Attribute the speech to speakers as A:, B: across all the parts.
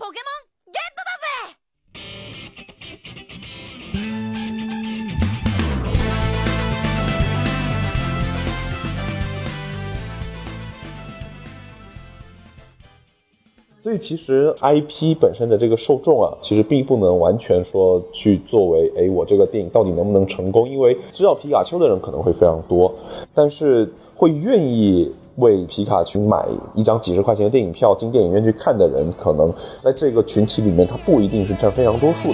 A: ポケモンゲットだぜ！
B: 所以其实 IP 本身的这个受众啊，其实并不能完全说去作为我这个电影到底能不能成功，因为知道皮卡丘的人可能会非常多，但是会愿意为皮卡丘买一张几十块钱的电影票进电影院去看的人，可能在这个群体里面他不一定是占非常多数的。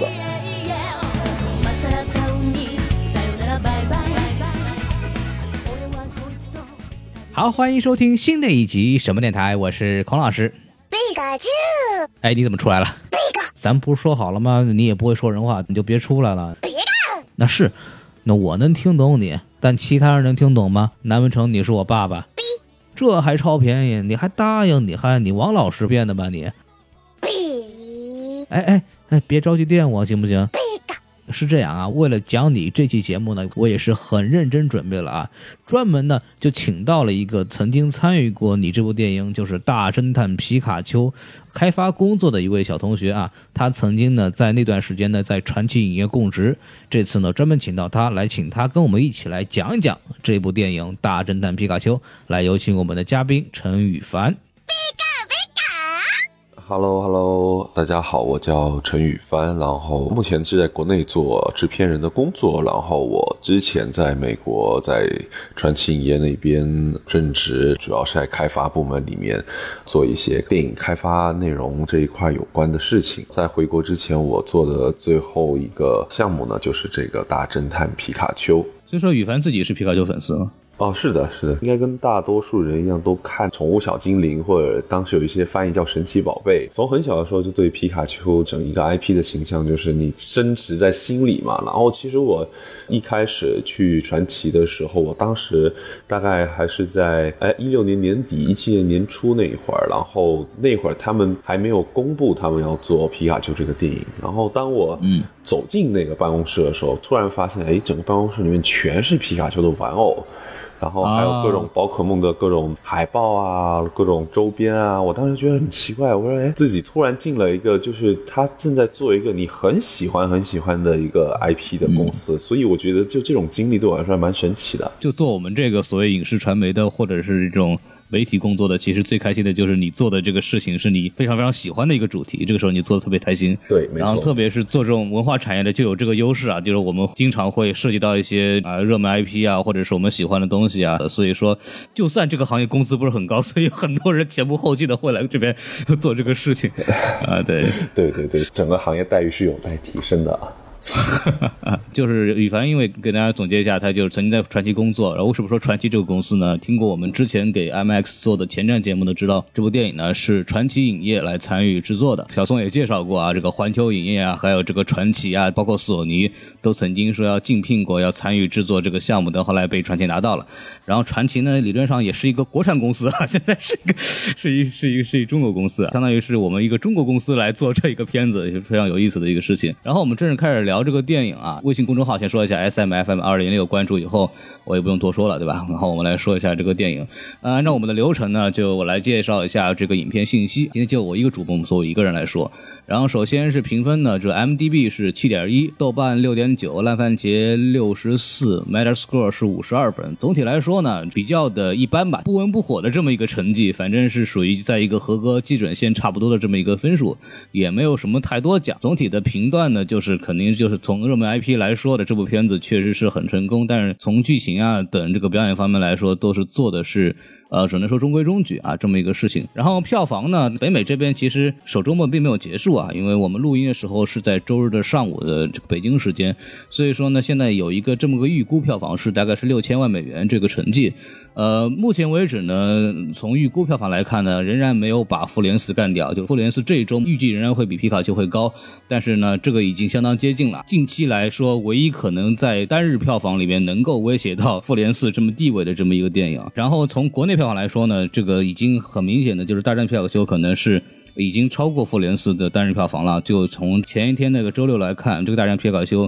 C: 好，欢迎收听新的一集什么电台，我是孔老师。哎，你怎么出来了？咱不是说好了吗？你也不会说人话，你就别出来了。那是，那我能听懂你，但其他人能听懂吗？难不成你是我爸爸？这还超便宜，你还答应？你王老师变的吧你？哎，别着急电我行不行？是这样啊，为了讲你这期节目呢，我也是很认真准备了啊，专门呢就请到了一个曾经参与过你这部电影就是大侦探皮卡丘开发工作的一位小同学啊，他曾经呢在那段时间呢在传奇影业供职，这次呢专门请到他来，请他跟我们一起来讲一讲这部电影大侦探皮卡丘。来有请我们的嘉宾陈羽凡。
B: Hello， 大家好，我叫陈羽凡，然后目前是在国内做制片人的工作，然后我之前在美国在传奇影业那边任职，主要是在开发部门里面做一些电影开发内容这一块有关的事情。在回国之前，我做的最后一个项目呢，就是这个大侦探皮卡丘。
C: 所以说羽凡自己是皮卡丘粉丝吗？
B: 哦，是的，应该跟大多数人一样都看宠物小精灵，或者当时有一些翻译叫神奇宝贝。从很小的时候就对皮卡丘整一个 IP 的形象就是你深植在心里嘛。然后其实我一开始去传奇的时候，我当时大概还是在16年年底17年年初那一会儿，然后那会儿他们还没有公布他们要做皮卡丘这个电影。然后当我走进那个办公室的时候，突然发现整个办公室里面全是皮卡丘的玩偶，然后还有各种宝可梦的各种海报啊，各种周边啊。我当时觉得很奇怪，我说自己突然进了一个就是他正在做一个你很喜欢的一个 IP 的公司，所以我觉得就这种经历对我来说还蛮神奇的。
C: 就做我们这个所谓影视传媒的或者是这种媒体工作的，其实最开心的就是你做的这个事情是你非常非常喜欢的一个主题，这个时候你做的特别开心。
B: 对，没错。
C: 然后特别是做这种文化产业的就有这个优势啊，就是我们经常会涉及到一些热门 IP 啊，或者是我们喜欢的东西啊，所以说就算这个行业工资不是很高，所以很多人前仆后继的会来这边做这个事情啊。对，
B: 整个行业待遇是有待提升的啊。
C: 就是羽凡，因为给大家总结一下，他就是曾经在传奇工作。然后为什么说传奇这个公司呢？听过我们之前给 MX 做的前瞻节目的知道，这部电影呢是传奇影业来参与制作的。小宋也介绍过啊，这个环球影业啊，还有这个传奇啊，包括索尼都曾经说要竞聘过，要参与制作这个项目的，后来被传奇拿到了。然后传奇呢，理论上也是一个国产公司啊，现在是一中国公司，相当于是我们一个中国公司来做这一个片子，也是非常有意思的一个事情。然后我们正式开始聊这个电影啊，微信公众号先说一下 SMFM206 关注以后，我也不用多说了，对吧？然后我们来说一下这个电影。按照我们的流程呢，就我来介绍一下这个影片信息。今天就我一个主播，我们所有一个人来说。然后首先是评分呢，这 MDB 是 7.1， 豆瓣 6.9， 烂番茄64， Metascore 是52分。总体来说呢，比较的一般吧，不温不火的这么一个成绩，反正是属于在一个合格基准线差不多的这么一个分数，也没有什么太多讲。总体的评断呢，就是肯定就是从热门 IP 来说的，这部片子确实是很成功，但是从剧情啊等这个表演方面来说，都是做的是只能说中规中矩啊，这么一个事情。然后票房呢，北美这边其实首周末并没有结束啊，因为我们录音的时候是在周日的上午的这个北京时间，所以说呢，现在有一个这么个预估票房是大概是6000万美元这个成绩。目前为止呢，从预估票房来看呢，仍然没有把复联4干掉，就复联4这一周预计仍然会比皮卡丘会高，但是呢，这个已经相当接近了。近期来说，唯一可能在单日票房里面能够威胁到复联4这么地位的这么一个电影。然后从国内票房来说呢，这个已经很明显的就是大战皮卡丘可能是已经超过复联4的单日票房了。就从前一天那个周六来看，这个大战皮卡丘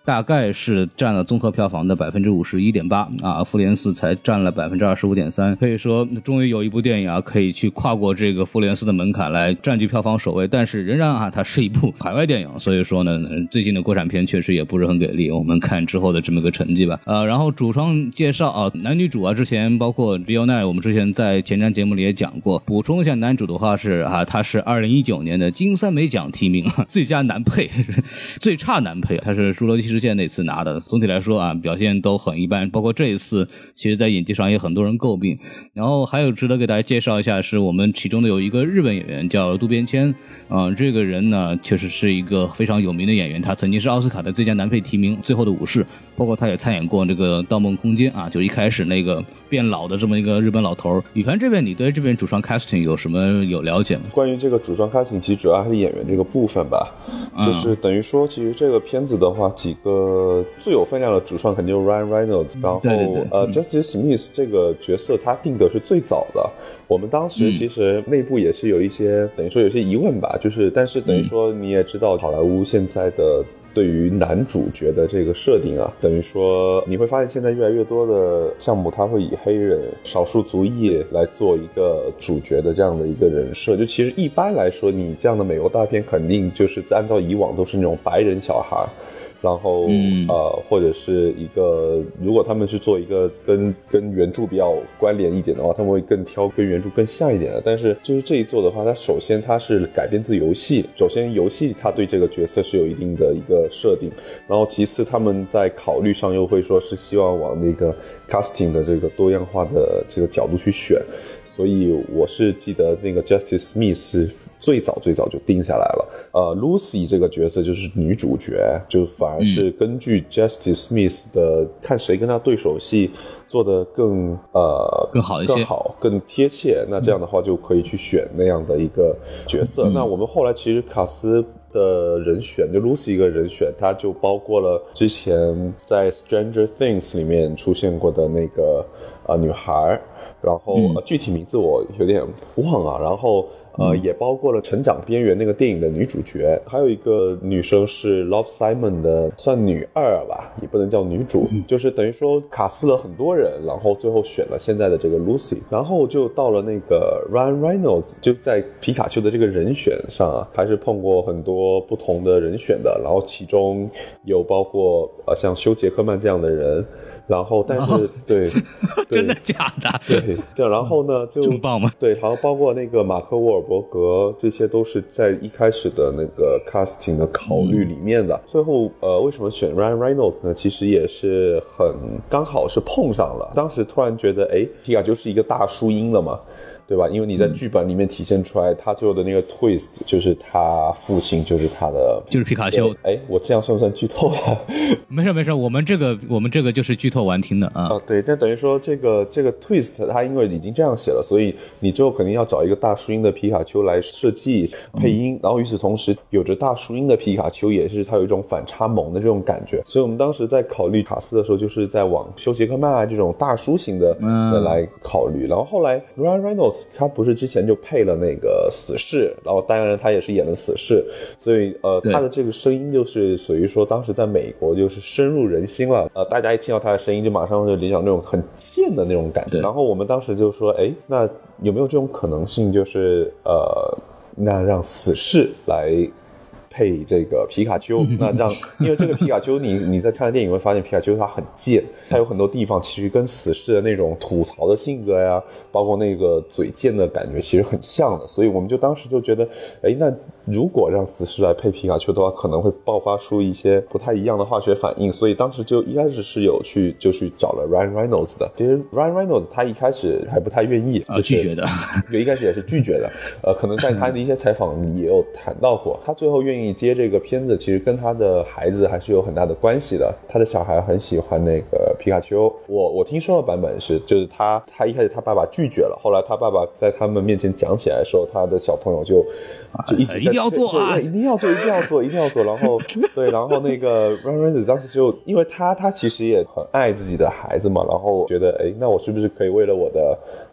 C: 大概是占了综合票房的51.8%啊，复联4才占了25.3%，可以说终于有一部电影啊可以去跨过这个复联4的门槛来占据票房首位，但是仍然啊它是一部海外电影，所以说呢最近的国产片确实也不是很给力，我们看之后的这么个成绩吧。然后主创介绍啊，男女主啊之前包括 Bill Nye 我们之前在前瞻节目里也讲过，补充一下男主的话是啊，他是2019年的金三枚奖提名最佳男配最差男配，他是侏罗纪世界那次拿的，总体来说啊表现都很一般，包括这一次其实在演技上也很多人诟病。然后还有值得给大家介绍一下是我们其中的有一个日本演员叫渡边谦这个人呢确实是一个非常有名的演员，他曾经是奥斯卡的最佳男配提名最后的武士，包括他也参演过这个盗梦空间啊，就一开始那个变老的这么一个日本老头。宇凡这边你对这边主创 casting 有了解吗？
B: 关于这个主创 casting 其实主要还是演员这个部分吧，就是等于说其实这个片子的话几个最有分量的主创肯定是 Ryan Reynolds， 然后
C: 对
B: Justice Smith 这个角色他定的是最早的，我们当时其实内部也是有一些等于说有些疑问吧，就是但是等于说你也知道好莱坞现在的对于男主角的这个设定啊，等于说你会发现现在越来越多的项目它会以黑人少数族裔来做一个主角的这样的一个人设，就其实一般来说你这样的美国大片肯定就是按照以往都是那种白人小孩，然后或者是一个如果他们是做一个跟原著比较关联一点的话，他们会更挑跟原著更像一点的，但是就是这一做的话，它首先它是改编自游戏，首先游戏它对这个角色是有一定的一个设定，然后其次他们在考虑上又会说是希望往那个 casting 的这个多样化的这个角度去选，所以我是记得那个 Justice Smith 是最早就定下来了。Lucy 这个角色就是女主角，就反而是根据 Justice Smith 的看谁跟他对手戏做得更
C: 好一些，
B: 更好更贴切，那这样的话就可以去选那样的一个角色。那我们后来其实卡斯的人选就 Lucy 一个人选，它就包括了之前在 Stranger Things 里面出现过的那个女孩，然后具体名字我有点忘了，然后也包括了成长边缘那个电影的女主角，还有一个女生是 Love Simon 的算女二吧，也不能叫女主，就是等于说卡斯了很多人，然后最后选了现在的这个 Lucy， 然后就到了那个 Ryan Reynolds， 就在皮卡丘的这个人选上啊，还是碰过很多不同的人选的，然后其中有包括像休·杰克曼这样的人，然后但是对
C: 真的假的？
B: 对，然后呢就这么
C: 棒吗？
B: 对，好像包括那个马克·沃尔伯格，这些都是在一开始的那个 casting 的考虑里面的。最后为什么选 Ryan Reynolds 呢？其实也是很刚好是碰上了，当时突然觉得皮卡丘是一个大叔音了嘛。对吧？因为你在剧本里面体现出来，他最后的那个 twist 就是他父亲就是他的，
C: 就是皮卡丘。
B: 我这样算不算剧透了？
C: 没事，我们这个就是剧透完听的啊。
B: 对，但等于说这个 twist 他因为已经这样写了，所以你最后肯定要找一个大叔音的皮卡丘来设计配音，然后与此同时，有着大叔音的皮卡丘也是他有一种反差萌的这种感觉，所以我们当时在考虑卡斯的时候，就是在往休·杰克曼啊这种大叔型的来考虑，然后后来 Ryan Reynolds。他不是之前就配了那个死侍，然后当然他也是演了死侍，所以他的这个声音就是属于说当时在美国就是深入人心了，大家一听到他的声音就马上就联想那种很贱的那种感觉，然后我们当时就说那有没有这种可能性，就是那让死侍来配这个皮卡丘，那因为这个皮卡丘你在看电影会发现皮卡丘它很贱，它有很多地方其实跟死侍的那种吐槽的性格呀，包括那个嘴贱的感觉其实很像的，所以我们就当时就觉得那如果让死侍来配皮卡丘的话，可能会爆发出一些不太一样的化学反应，所以当时就一开始是就去找了 Ryan Reynolds 的。其实 Ryan Reynolds 他一开始还不太愿意，
C: 拒绝的，
B: 一开始也是拒绝的。可能在他的一些采访里也有谈到过，他最后愿意接这个片子，其实跟他的孩子还是有很大的关系的。他的小孩很喜欢那个皮卡丘，我听说的版本是，就是他一开始他爸爸拒绝了，后来他爸爸在他们面前讲起来的时候，他的小朋友就一直
C: 一定要做啊，
B: 一定要做，然后对，然后那个 Ryan Reynolds 当时就因为他其实也很爱自己的孩子嘛，然后觉得那我是不是可以为了我的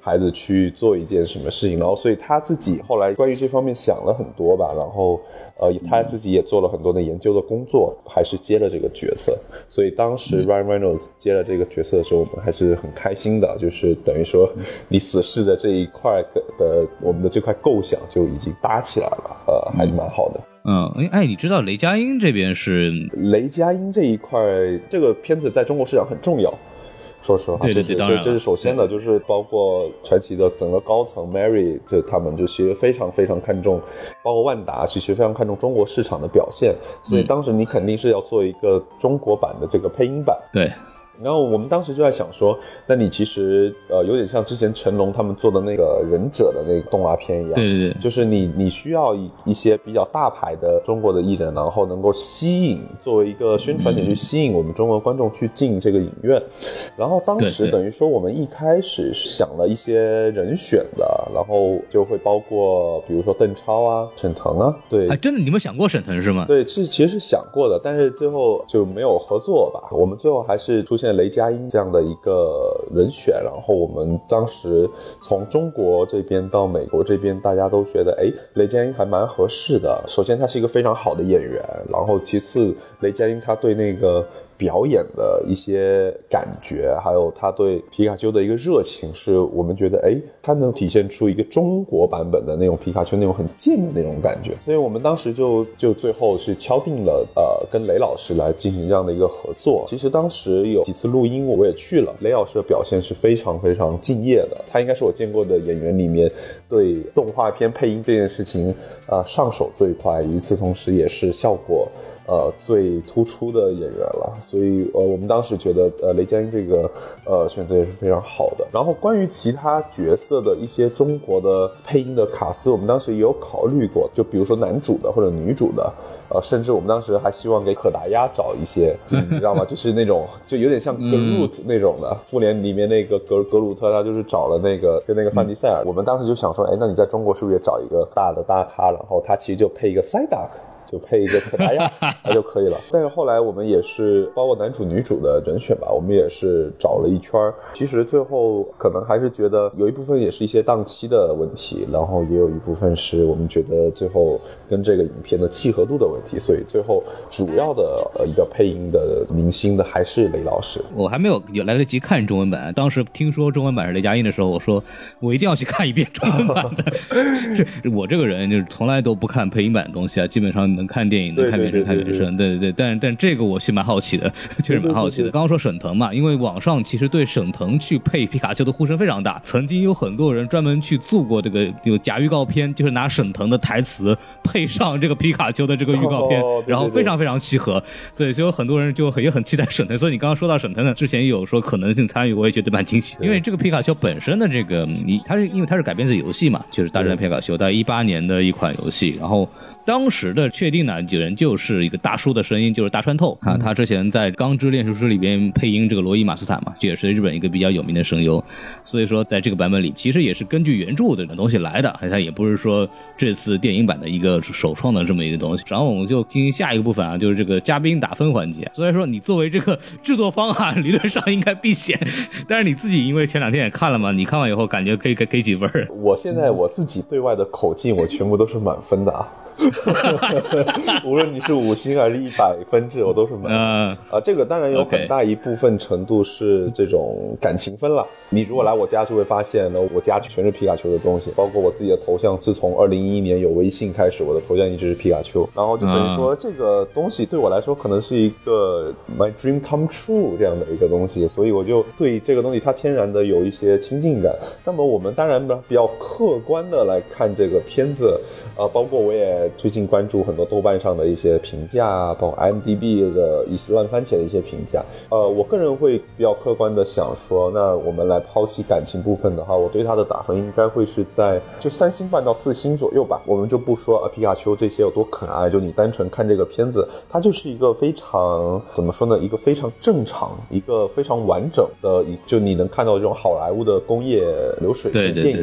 B: 孩子去做一件什么事情，然后所以他自己后来关于这方面想了很多吧，然后他自己也做了很多的研究的工作，还是接了这个角色。所以当时 Ryan Reynolds 接了这个角色的时候，我们还是很开心的，就是等于说你死侍的这一块的我们的这块构想就已经搭起来了，还是蛮好的。
C: 你知道雷佳音这边是
B: 雷佳音这一块，这个片子在中国市场很重要。说实话，
C: 对，
B: 这是首先的，就是包括传奇的整个高层 Mary， 他们就其实非常非常看重，包括万达其实非常看重中国市场的表现，所以当时你肯定是要做一个中国版的这个配音版。
C: 对。
B: 然后我们当时就在想说，那你其实有点像之前成龙他们做的那个忍者的那个动画片一样，
C: 对，
B: 就是你需要一些比较大牌的中国的艺人，然后能够吸引作为一个宣传点去吸引我们中国观众去进这个影院。然后当时等于说我们一开始想了一些人选的，然后就会包括比如说邓超啊、沈腾啊，对，
C: 真的你们想过沈腾是吗？
B: 对，其实是想过的，但是最后就没有合作吧。我们最后还是出现雷佳音这样的一个人选，然后我们当时从中国这边到美国这边，大家都觉得雷佳音还蛮合适的。首先他是一个非常好的演员，然后其次雷佳音他对那个表演的一些感觉，还有他对皮卡丘的一个热情，是我们觉得他能体现出一个中国版本的那种皮卡丘那种很贱的那种感觉，所以我们当时就最后是敲定了跟雷老师来进行这样的一个合作。其实当时有几次录音我也去了，雷老师的表现是非常非常敬业的，他应该是我见过的演员里面对动画片配音这件事情上手最快，与此同时也是效果最突出的演员了，所以我们当时觉得雷佳音这个选择也是非常好的。然后关于其他角色的一些中国的配音的卡司，我们当时也有考虑过，就比如说男主的或者女主的，甚至我们当时还希望给可达鸭找一些，你知道吗？就是那种就有点像格鲁特那种的，复联里面那个格鲁特，他就是找了那个跟那个范迪塞尔。我们当时就想说，那你在中国是不是也找一个大的大咖，然后他其实就配一个塞达克，就配一个可达鸭那就可以了。但是后来我们也是包括男主女主的人选吧，我们也是找了一圈，其实最后可能还是觉得有一部分也是一些档期的问题，然后也有一部分是我们觉得最后跟这个影片的契合度的问题，所以最后主要的一个配音的明星的还是雷老师。
C: 我还没有来得及看中文版，当时听说中文版是雷佳音的时候，我说我一定要去看一遍中文版的我这个人就是从来都不看配音版的东西啊，基本上能看电影能看原声看原声，对，但这个我是蛮好奇的，确实蛮好奇的。刚刚说沈腾嘛，因为网上其实对沈腾去配皮卡丘的呼声非常大，曾经有很多人专门去做过这个有假预告片，就是拿沈腾的台词配上这个皮卡丘的这个预告片，然后非常非常契合，对，所以有很多人就也很期待沈腾。所以你刚刚说到沈腾呢，之前也有说可能性参与，我也觉得蛮惊喜的，因为这个皮卡丘本身的这个因为它是改编自游戏嘛，就是大战皮卡丘，在18年的一款游戏，然后当时的确定呢，人就是一个大叔的声音，就是大川透啊，他之前在《钢之炼术师》里边配音这个罗伊马斯坦嘛，这也是日本一个比较有名的声优，所以说在这个版本里，其实也是根据原著的东西来的，他也不是说这次电影版的一个首创的这么一个东西。然后我们就进行下一个部分啊，就是这个嘉宾打分环节。所以说你作为这个制作方啊，理论上应该避嫌，但是你自己因为前2天也看了嘛，你看完以后感觉可以给几分？
B: 我现在我自己对外的口径，我全部都是满分的啊。无论你是5星还是100分制，我都是满分。这个当然有很大一部分程度是这种感情分了。你如果来我家就会发现呢，我家全是皮卡丘的东西，包括我自己的头像，自从2011年有微信开始，我的头像一直是皮卡丘，然后就等于说这个东西对我来说可能是一个 my dream come true 这样的一个东西，所以我就对这个东西它天然的有一些亲近感。那么我们当然比较客观的来看这个片子，包括我也最近关注很多豆瓣上的一些评价，包括 IMDB 的一些烂番茄的一些评价。我个人会比较客观的想说，那我们来抛弃感情部分的话，我对它的打分应该会是在就3星半到4星左右吧。我们就不说皮卡丘这些有多可爱，就你单纯看这个片子，它就是一个非常怎么说呢，一个非常正常，一个非常完整的，就你能看到这种好莱坞的工业流水线电影。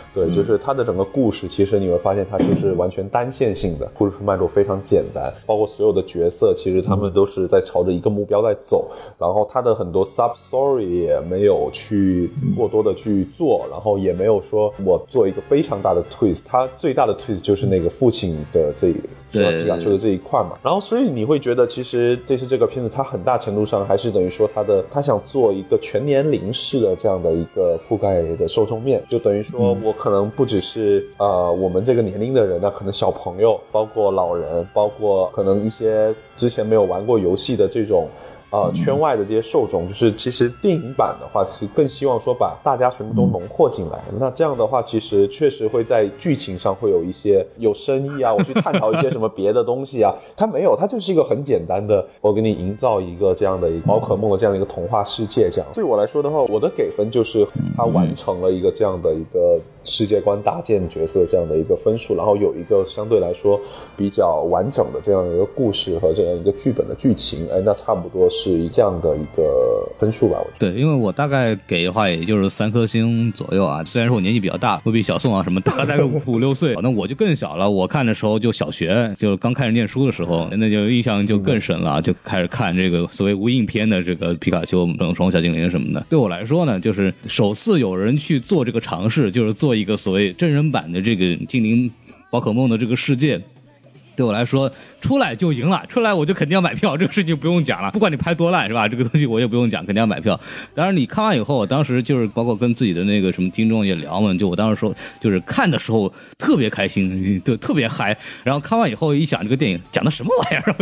B: 对，就是它的整个故事，其实你会发现它就是完全单线性的，故事脉络非常简单，包括所有的角色，其实他们都是在朝着一个目标在走，然后它的很多 sub story 也没有去过多的去做，然后也没有说我做一个非常大的 twist， 它最大的 twist 就是那个父亲的这皮卡丘的这一块嘛，然后所以你会觉得其实这个片子它很大程度上还是等于说他想做一个全年龄式的这样的一个覆盖的受众面，就等于说我可能不只是我们这个年龄的人，那可能小朋友，包括老人，包括可能一些之前没有玩过游戏的这种圈外的这些受众，就是其实电影版的话是更希望说把大家全部都浓缩进来，那这样的话其实确实会在剧情上会有一些有深意啊，我去探讨一些什么别的东西啊，它没有，它就是一个很简单的，我给你营造一个这样的一个宝可梦的这样的一个童话世界这样。对我来说的话，我的给分就是它完成了一个这样的一个世界观搭建角色这样的一个分数，然后有一个相对来说比较完整的这样一个故事和这样一个剧本的剧情，那差不多是这样的一个分数吧，我觉得。
C: 对，因为我大概给的话也就是3颗星左右啊，虽然说我年纪比较大，会比小宋啊什么大概个5、6岁，那我就更小了，我看的时候就小学，就刚开始念书的时候，那就印象就更深了，就开始看这个所谓无印片的这个皮卡丘、宠物小精灵什么的。对我来说呢，就是首次有人去做这个尝试，就是做一个所谓真人版的这个精灵宝可梦的这个世界。对我来说出来就赢了，出来我就肯定要买票，这个事情不用讲了，不管你拍多烂是吧，这个东西我也不用讲，肯定要买票。当然你看完以后，我当时就是包括跟自己的那个什么听众也聊嘛，就我当时说就是看的时候特别开心，就特别嗨，然后看完以后一想这个电影讲的什么玩意儿，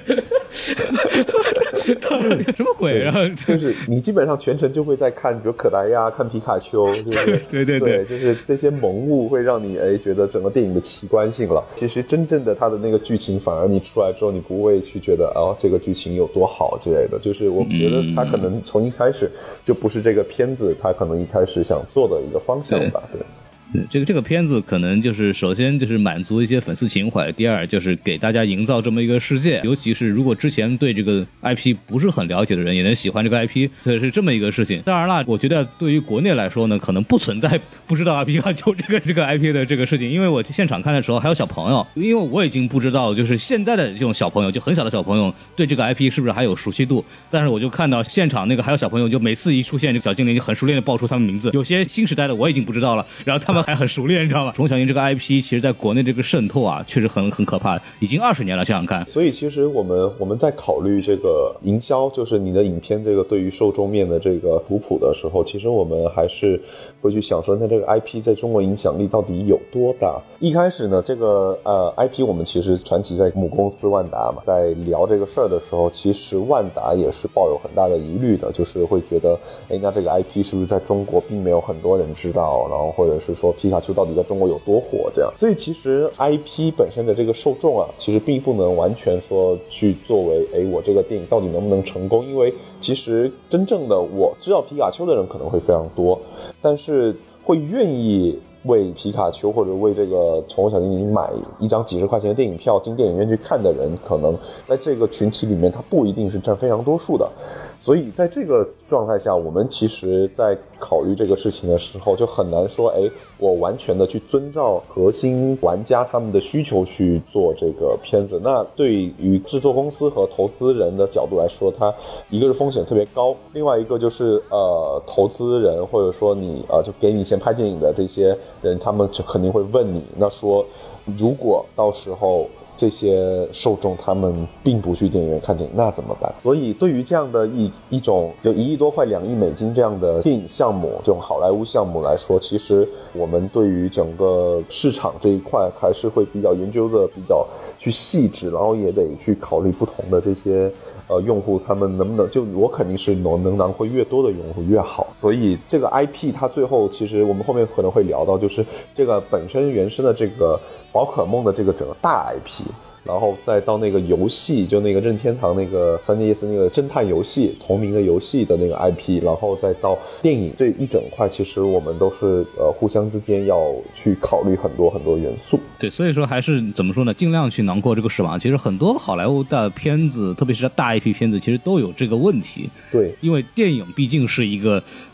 C: 什么鬼，然后
B: 就是你基本上全程就会在看比如可达鸭、看皮卡丘，就是对，就是这些萌物会让你觉得整个电影的奇观性了。其实真正的它的那个剧情，反而你出来之后你不会去觉得这个剧情有多好之类的，就是我觉得它可能从一开始就不是这个片子它可能一开始想做的一个方向吧。对，
C: 这个片子可能就是首先就是满足一些粉丝情怀，第二就是给大家营造这么一个世界，尤其是如果之前对这个 IP 不是很了解的人也能喜欢这个 IP， 所以是这么一个事情。当然了，我觉得对于国内来说呢，可能不存在不知道皮卡丘这个 IP 的这个事情，因为我现场看的时候还有小朋友，因为我已经不知道就是现在的这种小朋友，就很小的小朋友对这个 IP 是不是还有熟悉度，但是我就看到现场那个还有小朋友，就每次一出现这个小精灵就很熟练的报出他们名字，有些新时代的我已经不知道了，然后他们还很熟练，你知道吗？宠物小精灵这个 IP 其实在国内这个渗透啊确实很可怕，已经20年了，想想看。
B: 所以其实我们在考虑这个营销，就是你的影片这个对于受众面的这个图谱的时候，其实我们还是会去想说，那这个 IP 在中国影响力到底有多大。一开始呢，这个IP 我们其实传奇在母公司万达嘛，在聊这个事儿的时候，其实万达也是抱有很大的疑虑的，就是会觉得那这个 IP 是不是在中国并没有很多人知道，然后或者是说皮卡丘到底在中国有多火这样。所以其实 IP 本身的这个受众啊，其实并不能完全说去作为我这个电影到底能不能成功，因为其实真正的我知道皮卡丘的人可能会非常多，但是会愿意为皮卡丘或者为这个宠物小精灵买一张几十块钱的电影票进电影院去看的人，可能在这个群体里面他不一定是占非常多数的。所以在这个状态下，我们其实在考虑这个事情的时候就很难说我完全的去遵照核心玩家他们的需求去做这个片子。那对于制作公司和投资人的角度来说，它一个是风险特别高，另外一个就是投资人或者说你就给你钱拍电影的这些人，他们就肯定会问你，那说如果到时候这些受众他们并不去电影院看电影，那怎么办？所以对于这样的一种就1亿多块2亿美金这样的电影项目，这种好莱坞项目来说，其实我们对于整个市场这一块还是会比较研究的比较去细致，然后也得去考虑不同的这些用户他们能不能，就我肯定是能拿回越多的用户越好。所以这个 IP 它最后其实我们后面可能会聊到，就是这个本身原生的这个宝可梦的这个整个大 IP，然后再到那个游戏，就那个任天堂那个3DS 那个侦探游戏同名的游戏的那个 IP， 然后再到电影这一整块，其实我们都是互相之间要去考虑很多很多元素。
C: 对，所以说还是怎么说呢，尽量去囊括这个市场。其实很多好莱坞的片子，特别是大 IP 片子，其实都有这个问题。
B: 对，
C: 因为电影毕竟是一个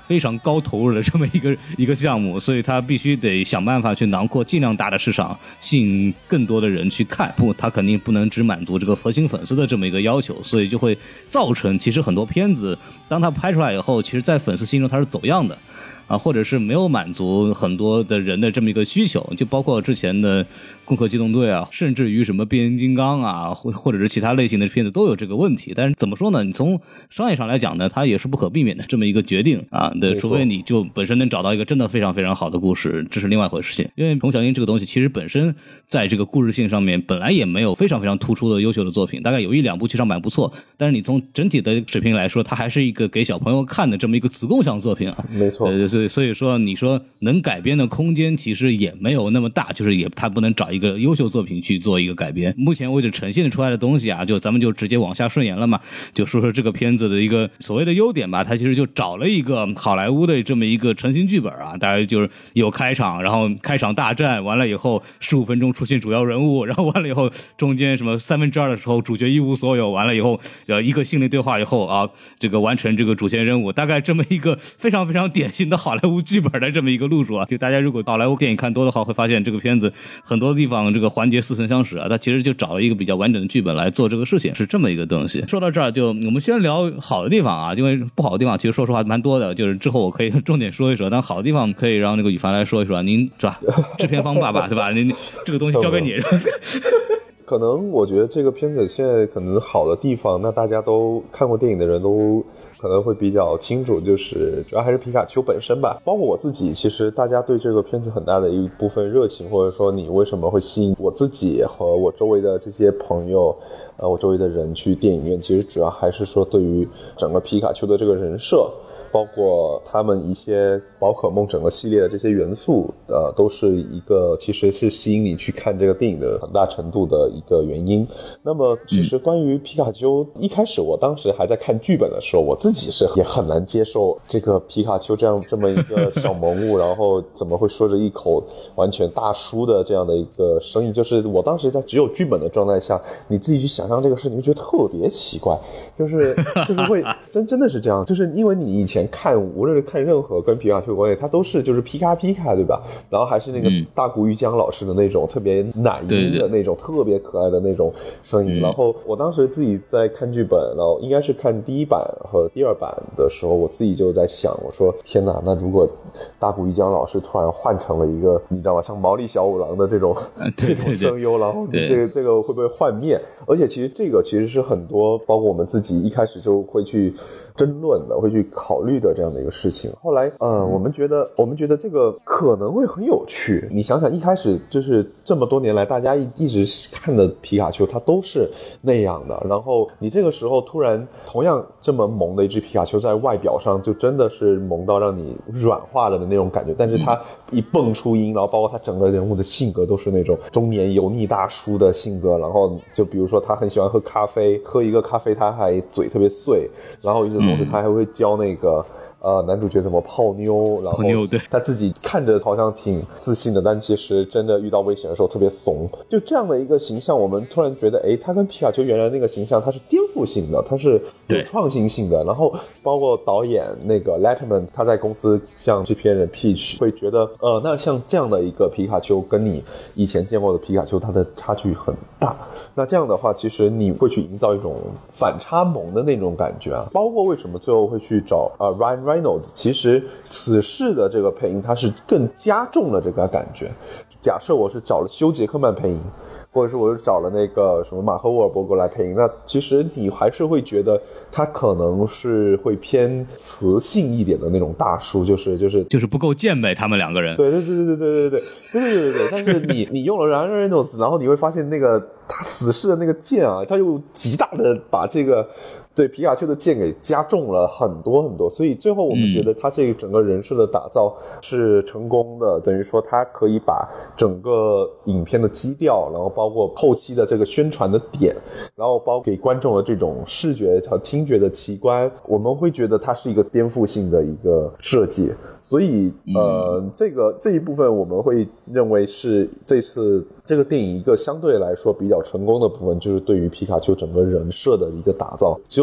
C: 非常高投入的这么一个项目，所以他必须得想办法去囊括尽量大的市场，吸引更多的人去看。他肯定不能只满足这个核心粉丝的这么一个要求，所以就会造成其实很多片子当他拍出来以后，其实在粉丝心中他是走样的啊，或者是没有满足很多的人的这么一个需求，就包括之前的攻壳机动队啊，甚至于什么变形金刚啊，或者是其他类型的片子都有这个问题。但是怎么说呢？你从商业上来讲呢，它也是不可避免的这么一个决定啊。对，除非你就本身能找到一个真的非常非常好的故事，这是另外一回事情。因为《宠物小精灵》这个东西其实本身在这个故事性上面本来也没有非常非常突出的优秀的作品，大概有1-2部剧场版不错，但是你从整体的水平来说，它还是一个给小朋友看的这么一个子供向作品啊。
B: 没错。
C: 所以说你说能改编的空间其实也没有那么大，就是它不能找一个优秀作品去做一个改编。目前为止呈现出来的东西啊，就咱们就直接往下顺延了嘛，就说说这个片子的一个所谓的优点吧。它其实就找了一个好莱坞的这么一个成型剧本啊，大概就是有开场，然后开场大战完了以后15分钟出现主要人物，然后完了以后中间什么2/3的时候主角一无所有，完了以后一个心灵对话以后啊，这个完成这个主线任务，大概这么一个非常非常典型的好莱坞剧本的这么一个路数啊。就大家如果好莱坞电影看多的话，会发现这个片子很多地方这个环节似曾相识啊，它其实就找了一个比较完整的剧本来做这个事情，是这么一个东西。说到这儿，就我们先聊好的地方啊，因为不好的地方其实说实话蛮多的，就是之后我可以重点说一说，但好的地方可以让那个羽凡来说一说，您是吧？制片方爸爸对吧？您这个东西交给你。
B: 可能我觉得这个片子现在可能好的地方，那大家都看过电影的人都可能会比较清楚，就是主要还是皮卡丘本身吧。包括我自己，其实大家对这个片子很大的一部分热情，或者说你为什么会吸引我自己和我周围的这些朋友，我周围的人去电影院，其实主要还是说对于整个皮卡丘的这个人设，包括他们一些宝可梦整个系列的这些元素，都是一个其实是吸引你去看这个电影的很大程度的一个原因。那么其实关于皮卡丘，一开始我当时还在看剧本的时候，我自己是也很难接受这个皮卡丘这么一个小萌物，然后怎么会说着一口完全大叔的这样的一个声音，就是我当时在只有剧本的状态下，你自己去想象这个事，你会觉得特别奇怪，就是会真的是这样，就是因为你以前看无论是看任何跟皮卡丘有关系，它都是就是皮卡皮卡对吧，然后还是那个大谷玉江老师的那种特别奶音的那种特别可爱的那种声音，然后我当时自己在看剧本，然后应该是看第1版和第2版的时候，我自己就在想，我说天哪，那如果大谷玉江老师突然换成了一个你知道吗，像毛利小五郎的这种声优，然后你这个会不会幻灭？而且其实这个其实是很多包括我们自己一开始就会去争论的，会去考虑的这样的一个事情。后来我们觉得这个可能会很有趣。你想想一开始就是这么多年来大家一直看的皮卡丘它都是那样的，然后你这个时候突然同样这么萌的一只皮卡丘在外表上就真的是萌到让你软化了的那种感觉，但是它一蹦出音，然后包括它整个人物的性格都是那种中年油腻大叔的性格，然后就比如说他很喜欢喝咖啡，喝一个咖啡他还嘴特别碎，然后与此同时他还会教那个男主角怎么泡妞，然后他自己看着好像挺自信的，但其实真的遇到危险的时候特别怂。就这样的一个形象，我们突然觉得他跟皮卡丘原来那个形象它是颠覆性的，它是有创新性的。然后包括导演那个 Letterman 他在公司向制片人 pitch 会觉得那像这样的一个皮卡丘跟你以前见过的皮卡丘它的差距很大，那这样的话其实你会去营造一种反差萌的那种感觉啊。包括为什么最后会去找Ryan Reynolds， 其实此事的这个配音它是更加重了这个感觉。假设我是找了休·杰克曼配音，或者是我是找了那个什么马赫沃尔伯格来配音，那其实你还是会觉得他可能是会偏磁性一点的那种大叔，就是不够健美，他们两个人。对，但是你用了 Ryan Reynolds， 然后你会发现那个他死侍的那个剑啊，他又极大的把这个对皮卡丘的剑给加重了很多很多，所以最后我们觉得他这个整个人设的打造是成功的，等于说他可以把整个影片的基调，然后包括后期的这个宣传的点，然后包括给观众的这种视觉和听觉的奇观，我们会觉得它是一个颠覆性的一个设计。所以这一部分我们会认为是这次这个电影一个相对来说比较成功的部分，就是对于皮卡丘整个人设的一个打造。只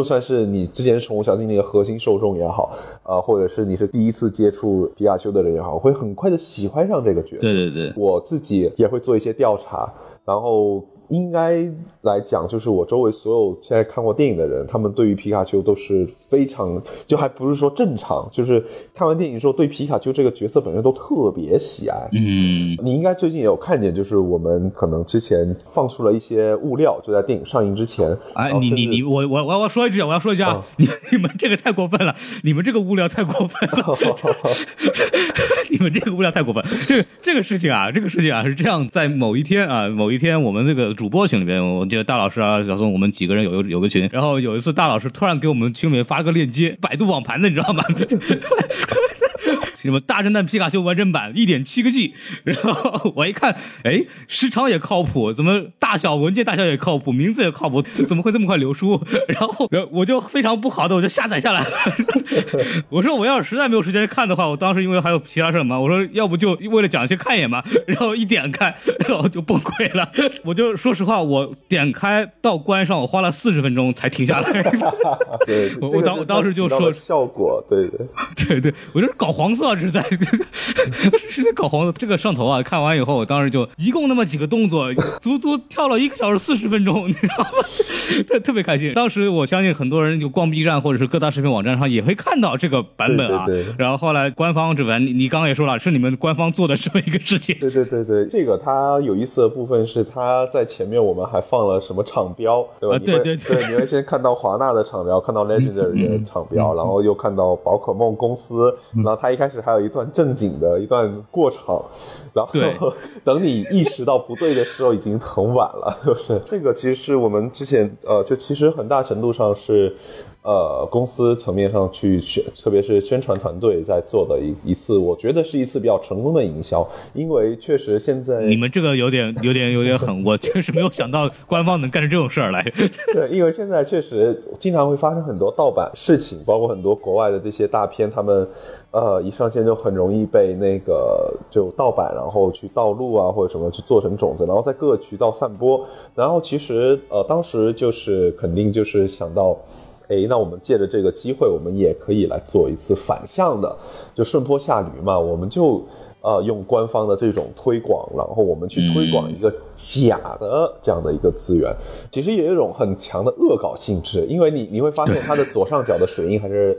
B: 就算是你之前是宠物小精灵的核心受众也好，或者是你是第一次接触皮卡丘的人也好，会很快的喜欢上这个角色。
C: 对对对，
B: 我自己也会做一些调查，然后应该来讲，就是我周围所有现在看过电影的人，他们对于皮卡丘都是非常，就还不是说正常，就是看完电影之后对皮卡丘这个角色本身都特别喜爱。你应该最近也有看见，就是我们可能之前放出了一些物料，就在电影上映之前。
C: 哎，我要说一句啊，你们这个太过分了，你们这个物料太过分了，你们这个物料太过分。这个事情啊是这样，在某一天我们这个主播群里面，我记得大老师啊、小宋，我们几个人有个群，然后有一次大老师突然给我们群里面发了个链接，百度网盘的，你知道吗？什么大侦探皮卡丘完整版 1.7 个 G， 然后我一看，哎，时长也靠谱，怎么文件大小也靠谱，名字也靠谱，怎么会这么快流出？然后我就非常不好的，我就下载下来。我说我要是实在没有时间看的话，我当时因为还有其他事嘛，我说要不就为了讲一些看一眼嘛，然后一点开，然后就崩溃了。我就说实话，我点开到关上，我花了40分钟才停下来。
B: 对，
C: 我当时就说
B: 效果，对，
C: 我就是搞黄色。是在搞黄的这个上头啊！看完以后，我当时就一共那么几个动作，足跳了1个小时40分钟，你知道吗？特别开心。当时我相信很多人就逛 B 站或者是各大视频网站上也会看到这个版本啊。
B: 对。
C: 然后后来官方这边，你刚刚也说了，是你们官方做的这么一个事情。
B: 对，这个它有意思的部分是它在前面我们还放了什么厂标，对吧？对，你会先看到华纳的厂标，看到 Legendary 的厂标，然后又看到宝可梦公司，然后它一开始还有一段正经的一段过场，然后等你意识到不对的时候已经很晚了。就是这个其实是我们之前就其实很大程度上是公司层面上去特别是宣传团队在做的一次，我觉得是一次比较成功的营销，因为确实现在
C: 你们这个有点狠，我确实没有想到官方能干出这种事儿来。
B: 对，因为现在确实经常会发生很多盗版事情，包括很多国外的这些大片，他们一上线就很容易被那个就盗版，然后去盗录啊或者什么去做成种子，然后在各个渠道散播。然后其实当时就是肯定就是想到那我们借着这个机会，我们也可以来做一次反向的，就顺坡下驴嘛，我们就用官方的这种推广，然后我们去推广一个假的这样的一个资源，其实也有一种很强的恶搞性质，因为你会发现它的左上角的水印还是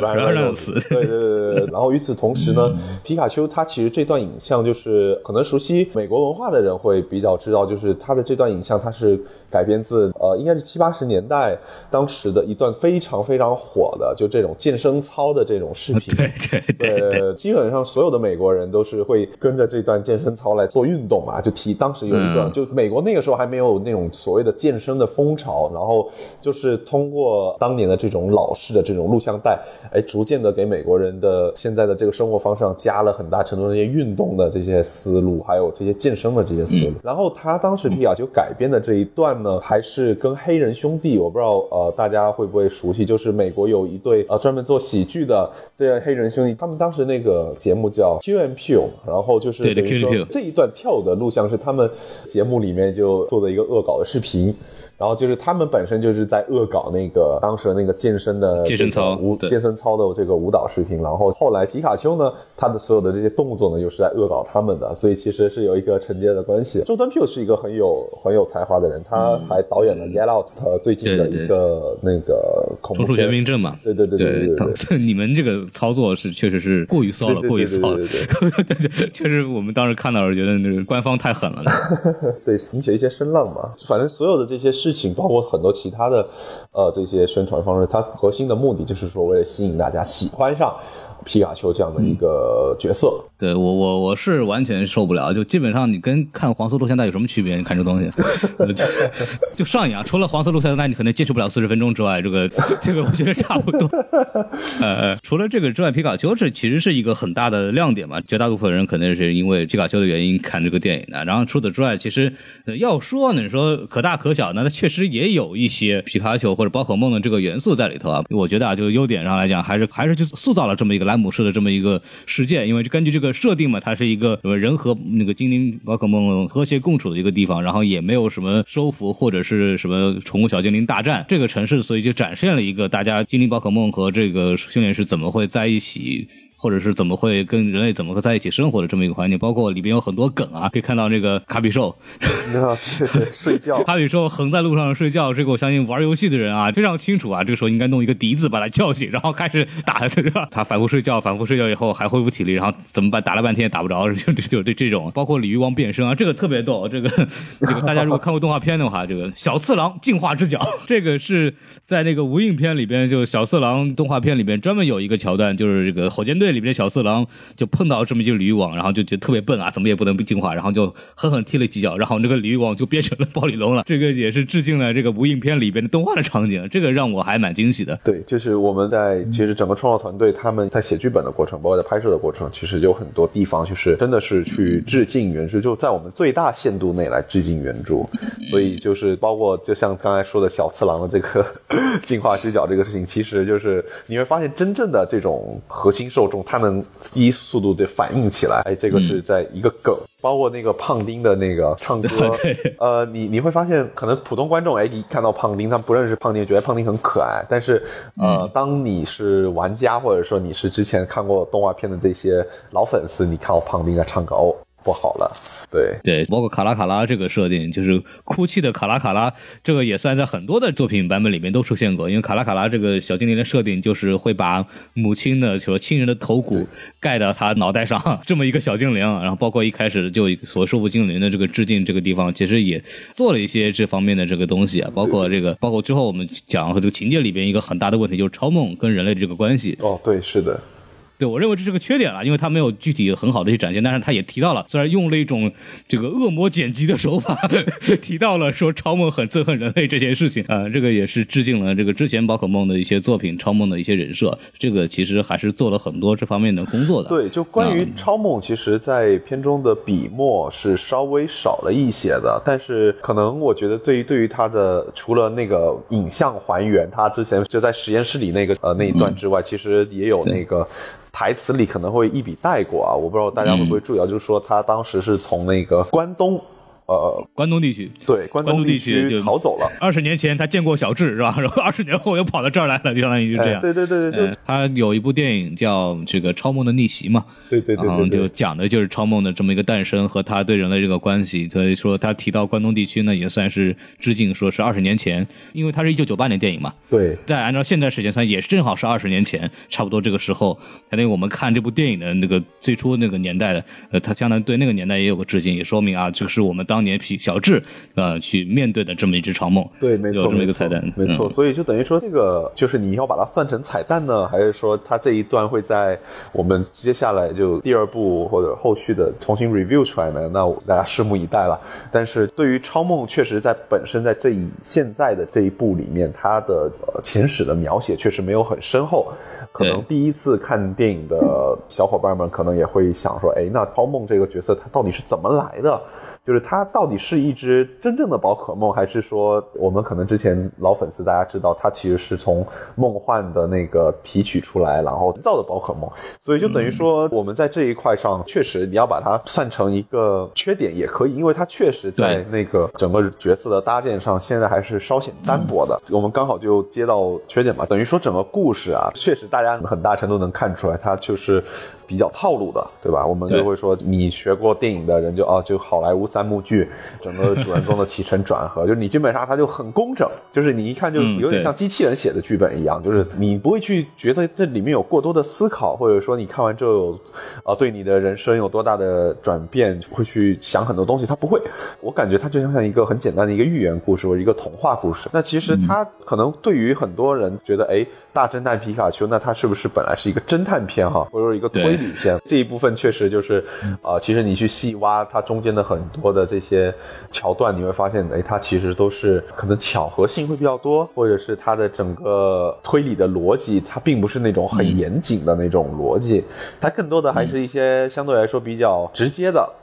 B: Ryan， 对，然后与此同时呢，皮卡丘它其实这段影像就是可能熟悉美国文化的人会比较知道，就是它的这段影像它是改编自应该是70、80年代当时的一段非常非常火的就这种健身操的这种视频。对，基本上所有的美国人都是会跟着这段健身操来做运动嘛，就当时有一段就美国那个时候还没有那种所谓的健身的风潮，然后就是通过当年的这种老式的这种录像带，逐渐的给美国人的现在的这个生活方式上加了很大程度的这些运动的这些思路，还有这些健身的这些思路。然后他当时皮卡丘改编的这一段呢，还是跟黑人兄弟，我不知道大家会不会熟悉，就是美国有一对专门做喜剧的这黑人兄弟，他们当时那个节目叫 Q&Q， 然后就是等于说这一段跳舞的录像是他们节目里面就做的一个恶搞的视频。然后就是他们本身就是在恶搞那个当时的那个健身操的这个舞蹈视频，然后后来皮卡丘呢，他的所有的这些动作呢，又是在恶搞他们的，所以其实是有一个承接的关系。周端 Pugh 是一个很有才华的人，他还导演了 Get Out 最近的一个那个恐怖片，重
C: 塑全民症嘛。对，你们这个操作是确实是过于骚了，过于骚了。对，确实我们当时看到时觉得那个官方太狠了。
B: 对，引起一些声浪嘛。反正所有的这些事情，包括很多其他的这些宣传方式，它核心的目的就是说为了吸引大家喜欢上皮卡丘这样的一个角色。
C: 对，我是完全受不了，就基本上你跟看黄色录像带有什么区别？你看这东西就上瘾啊！除了黄色录像带你可能坚持不了40分钟之外，这个我觉得差不多。除了这个之外，皮卡丘这其实是一个很大的亮点嘛，绝大部分人可能是因为皮卡丘的原因看这个电影的。然后除此之外，其实要说你说可大可小呢，它确实也有一些皮卡丘或者宝可梦的这个元素在里头啊。我觉得啊，就优点上来讲，还是就塑造了这么一个莱姆式的这么一个世界，因为根据这个设定嘛，它是一个人和那个精灵宝可梦和谐共处的一个地方，然后也没有什么收服或者是什么宠物小精灵大战这个城市，所以就展现了一个大家精灵宝可梦和这个训练师怎么会在一起，或者是怎么会跟人类怎么会在一起生活的这么一个环境，包括里边有很多梗啊，可以看到这个卡比兽
B: 睡觉，
C: 卡比兽横在路上睡觉，这个我相信玩游戏的人啊非常清楚啊，这个时候应该弄一个笛子把他叫醒，然后开始打他，他反复睡觉以后还恢复体力，然后怎么办，打了半天也打不着，就这种，包括鲤鱼王变身啊，这个特别逗，这个大家如果看过动画片的话，这个小次郎进化之脚，这个是在那个无印片里边，就小次郎动画片里边专门有一个桥段，就是这个火箭队里边的小次郎就碰到这么一只鲤鱼王，然后就觉得特别笨啊，怎么也不能进化，然后就狠狠踢了几脚，然后那个鲤鱼王就变成了暴鲤龙了。这个也是致敬了这个无印片里边的动画的场景，这个让我还蛮惊喜的。
B: 对，就是我们在其实整个创作团队他们在写剧本的过程，包括在拍摄的过程，其实有很多地方就是真的是去致敬原著，就在我们最大限度内来致敬原著。所以就是包括就像刚才说的小次郎的这个进化之脚这个事情，其实就是你会发现真正的这种核心受众他能第一速度的反应起来，哎，这个是在一个梗。包括那个胖丁的那个唱歌你会发现可能普通观众一看到胖丁他不认识胖丁觉得胖丁很可爱，但是当你是玩家或者说你是之前看过动画片的这些老粉丝，你看到胖丁在唱歌不好了。对，
C: 包括卡拉卡拉这个设定，就是哭泣的卡拉卡拉，这个也算在很多的作品版本里面都出现过。因为卡拉卡拉这个小精灵的设定就是会把母亲的说亲人的头骨盖到他脑袋上这么一个小精灵，然后包括一开始就所收服精灵的这个致敬这个地方，其实也做了一些这方面的这个东西啊，包括之后我们讲这个情节里边一个很大的问题就是超梦跟人类的这个关系。
B: 对，是的。
C: 对，我认为这是个缺点了，因为他没有具体很好的去展现，但是他也提到了，虽然用了一种这个恶魔剪辑的手法提到了说超梦很憎恨人类这件事情啊，这个也是致敬了这个之前宝可梦的一些作品超梦的一些人设，这个其实还是做了很多这方面的工作的。
B: 对，就关于超梦其实在片中的笔墨是稍微少了一些的，但是可能我觉得对于他的除了那个影像还原他之前就在实验室里那一段之外，其实也有那个台词里可能会一笔带过啊，我不知道大家会不会注意到，就是说他当时是从那个关东地区，对，关东地区逃走了。
C: 20年前他见过小智是吧？然后20年后又跑到这儿来了，就相当于就这样。
B: 对，
C: 他有一部电影叫这个《超梦的逆袭》嘛，
B: 对，
C: 然后就讲的就是超梦的这么一个诞生和他对人类这个关系。所以说他提到关东地区呢，也算是致敬，说是20年前，因为他是1998年电影嘛。
B: 对，
C: 再按照现在时间算，也是正好是20年前，差不多这个时候，相当于我们看这部电影的那个最初那个年代的，他相当于对那个年代也有个致敬，也说明啊，这个是我们当年小智去面对的这么一只超梦。
B: 对，没错，
C: 有这么一个彩蛋，
B: 没错。所以就等于说这个就是你要把它算成彩蛋呢，还是说它这一段会在我们接下来就第二部或者后续的重新 review 出来呢？那大家拭目以待了。但是对于超梦确实在本身在现在的这一部里面，它的前史的描写确实没有很深厚，可能第一次看电影的小伙伴们可能也会想说，那超梦这个角色他到底是怎么来的？就是它到底是一只真正的宝可梦，还是说我们可能之前老粉丝大家知道它其实是从梦幻的那个提取出来然后造的宝可梦。所以就等于说我们在这一块上确实你要把它算成一个缺点也可以，因为它确实在那个整个角色的搭建上现在还是稍显单薄的。我们刚好就接到缺点嘛，等于说整个故事啊确实大家很大程度能看出来它就是比较套路的，对吧？我们就会说你学过电影的人就好莱坞3幕剧整个主人公的起承转合就是你基本上它就很工整，就是你一看就有点像机器人写的剧本一样，就是你不会去觉得这里面有过多的思考，或者说你看完之后对你的人生有多大的转变会去想很多东西，它不会。我感觉它就像一个很简单的一个寓言故事或者一个童话故事。那其实它可能对于很多人觉得大侦探皮卡丘那它是不是本来是一个侦探片或者说一个推理片，这一部分确实就是其实你去细挖它中间的很多的这些桥段，你会发现它其实都是可能巧合性会比较多，或者是它的整个推理的逻辑它并不是那种很严谨的那种逻辑，它更多的还是一些相对来说比较直接的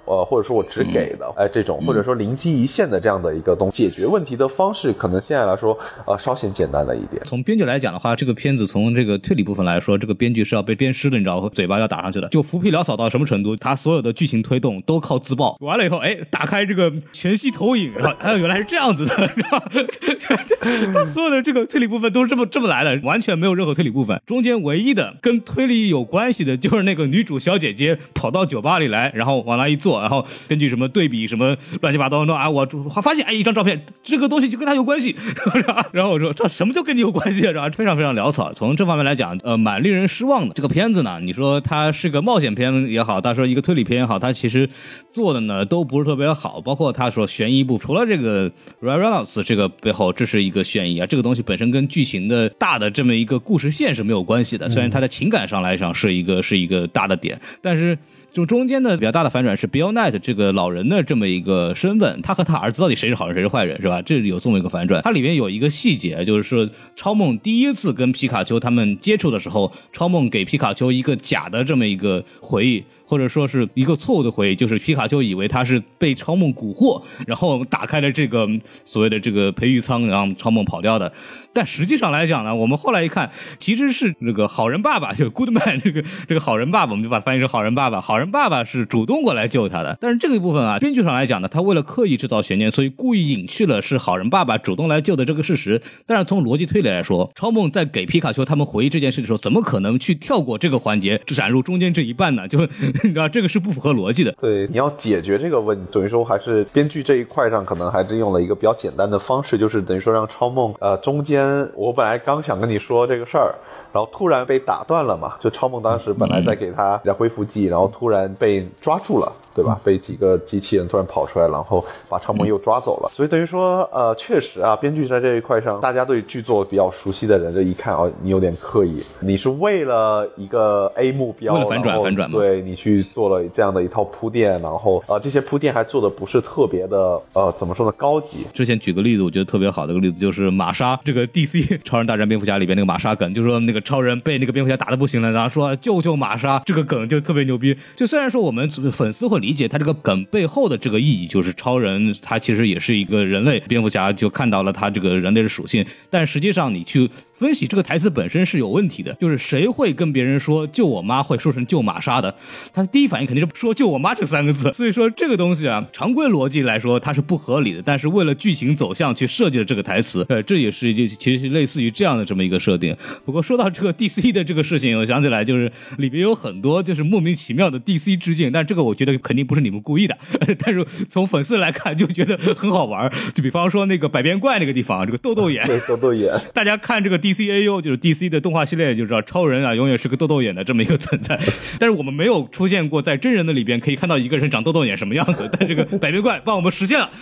B: 或者说我只给的这种或者说灵机一现的这样的一个东西，解决问题的方式可能现在来说稍显简单了一点。
C: 从编剧来讲的话，这个片子从这个推理部分来说，这个编剧是要被鞭尸的，你知道，嘴巴要打上去的，就浮皮潦草到什么程度，他所有的剧情推动都靠自爆，完了以后打开这个全息投影，然后原来是这样子的，是吧？他所有的这个推理部分都是这么来的，完全没有任何推理部分，中间唯一的跟推理有关系的就是那个女主小姐姐跑到酒吧里来，然后往那一坐，然后根据什么对比什么乱七八糟啊，我发现一张照片，这个东西就跟他有关系，然后我说这什么就跟你有关系啊？非常非常潦草。从这方面来讲，蛮令人失望的。这个片子呢，你说它是个冒险片也好，他说一个推理片也好，它其实做的呢都不是特别好。包括他说悬疑部，除了这个 Ryan Reynolds 这个背后，这是一个悬疑啊，这个东西本身跟剧情的大的这么一个故事线是没有关系的。虽然它在情感上来讲是一个大的点，但是就中间的比较大的反转是 Bill Knight 这个老人的这么一个身份，他和他儿子到底谁是好人谁是坏人，是吧？这有这么一个反转。它里面有一个细节，就是说超梦第一次跟皮卡丘他们接触的时候，超梦给皮卡丘一个假的这么一个回忆，或者说是一个错误的回忆，就是皮卡丘以为他是被超梦蛊惑，然后打开了这个所谓的这个培育舱，然后超梦跑掉的。但实际上来讲呢，我们后来一看，其实是这个好人爸爸，就是 Goodman 这个好人爸爸，我们就把它翻译成好人爸爸。好人爸爸是主动过来救他的，但是这个部分啊，编剧上来讲呢，他为了刻意制造悬念，所以故意隐去了是好人爸爸主动来救的这个事实。但是从逻辑推理来说，超梦在给皮卡丘他们回忆这件事的时候，怎么可能去跳过这个环节，闪入中间这一半呢？就你知道这个是不符合逻辑的。
B: 对，你要解决这个问题，等于说还是编剧这一块上可能还是用了一个比较简单的方式，就是等于说让超梦中间我本来刚想跟你说这个事儿，然后突然被打断了嘛，就超梦当时本来在给他在恢复记忆，然后突然被抓住了，对吧？被几个机器人突然跑出来，然后把超梦又抓走了。所以等于说确实啊，编剧在这一块上，大家对剧作比较熟悉的人就一看你有点刻意，你是为了一个 A 目标，
C: 为了反转嘛，
B: 对，你去做了这样的一套铺垫，然后这些铺垫还做的不是特别的怎么说呢，高级。
C: 之前举个例子，我觉得特别好的一个例子就是玛莎，这个 DC 超人大战蝙蝠侠里边那个玛莎梗，就是说那个超人被那个蝙蝠侠打得不行了，然后说救救玛莎，这个梗就特别牛逼。就虽然说我们粉丝会理解他这个梗背后的这个意义，就是超人他其实也是一个人类，蝙蝠侠就看到了他这个人类的属性，但实际上你去分析这个台词本身是有问题的，就是谁会跟别人说救我妈会说成救玛莎的？他第一反应肯定是说救我妈这3个字。所以说这个东西啊，常规逻辑来说它是不合理的，但是为了剧情走向去设计了这个台词，这也是其实类似于这样的这么一个设定。不过说到这个 DC 的这个事情，我想起来就是里边有很多就是莫名其妙的 DC 致敬，但这个我觉得肯定不是你们故意的，但是从粉丝来看就觉得很好玩。就比方说那个百变怪那个地方，这个豆豆眼，
B: 对，豆豆眼，
C: 大家看这个 DCAU 就是 DC 的动画系列就知道超人啊永远是个豆豆眼的这么一个存在，但是我们没有出现过在真人的里边可以看到一个人长豆豆眼什么样子，但这个百变怪帮我们实现了，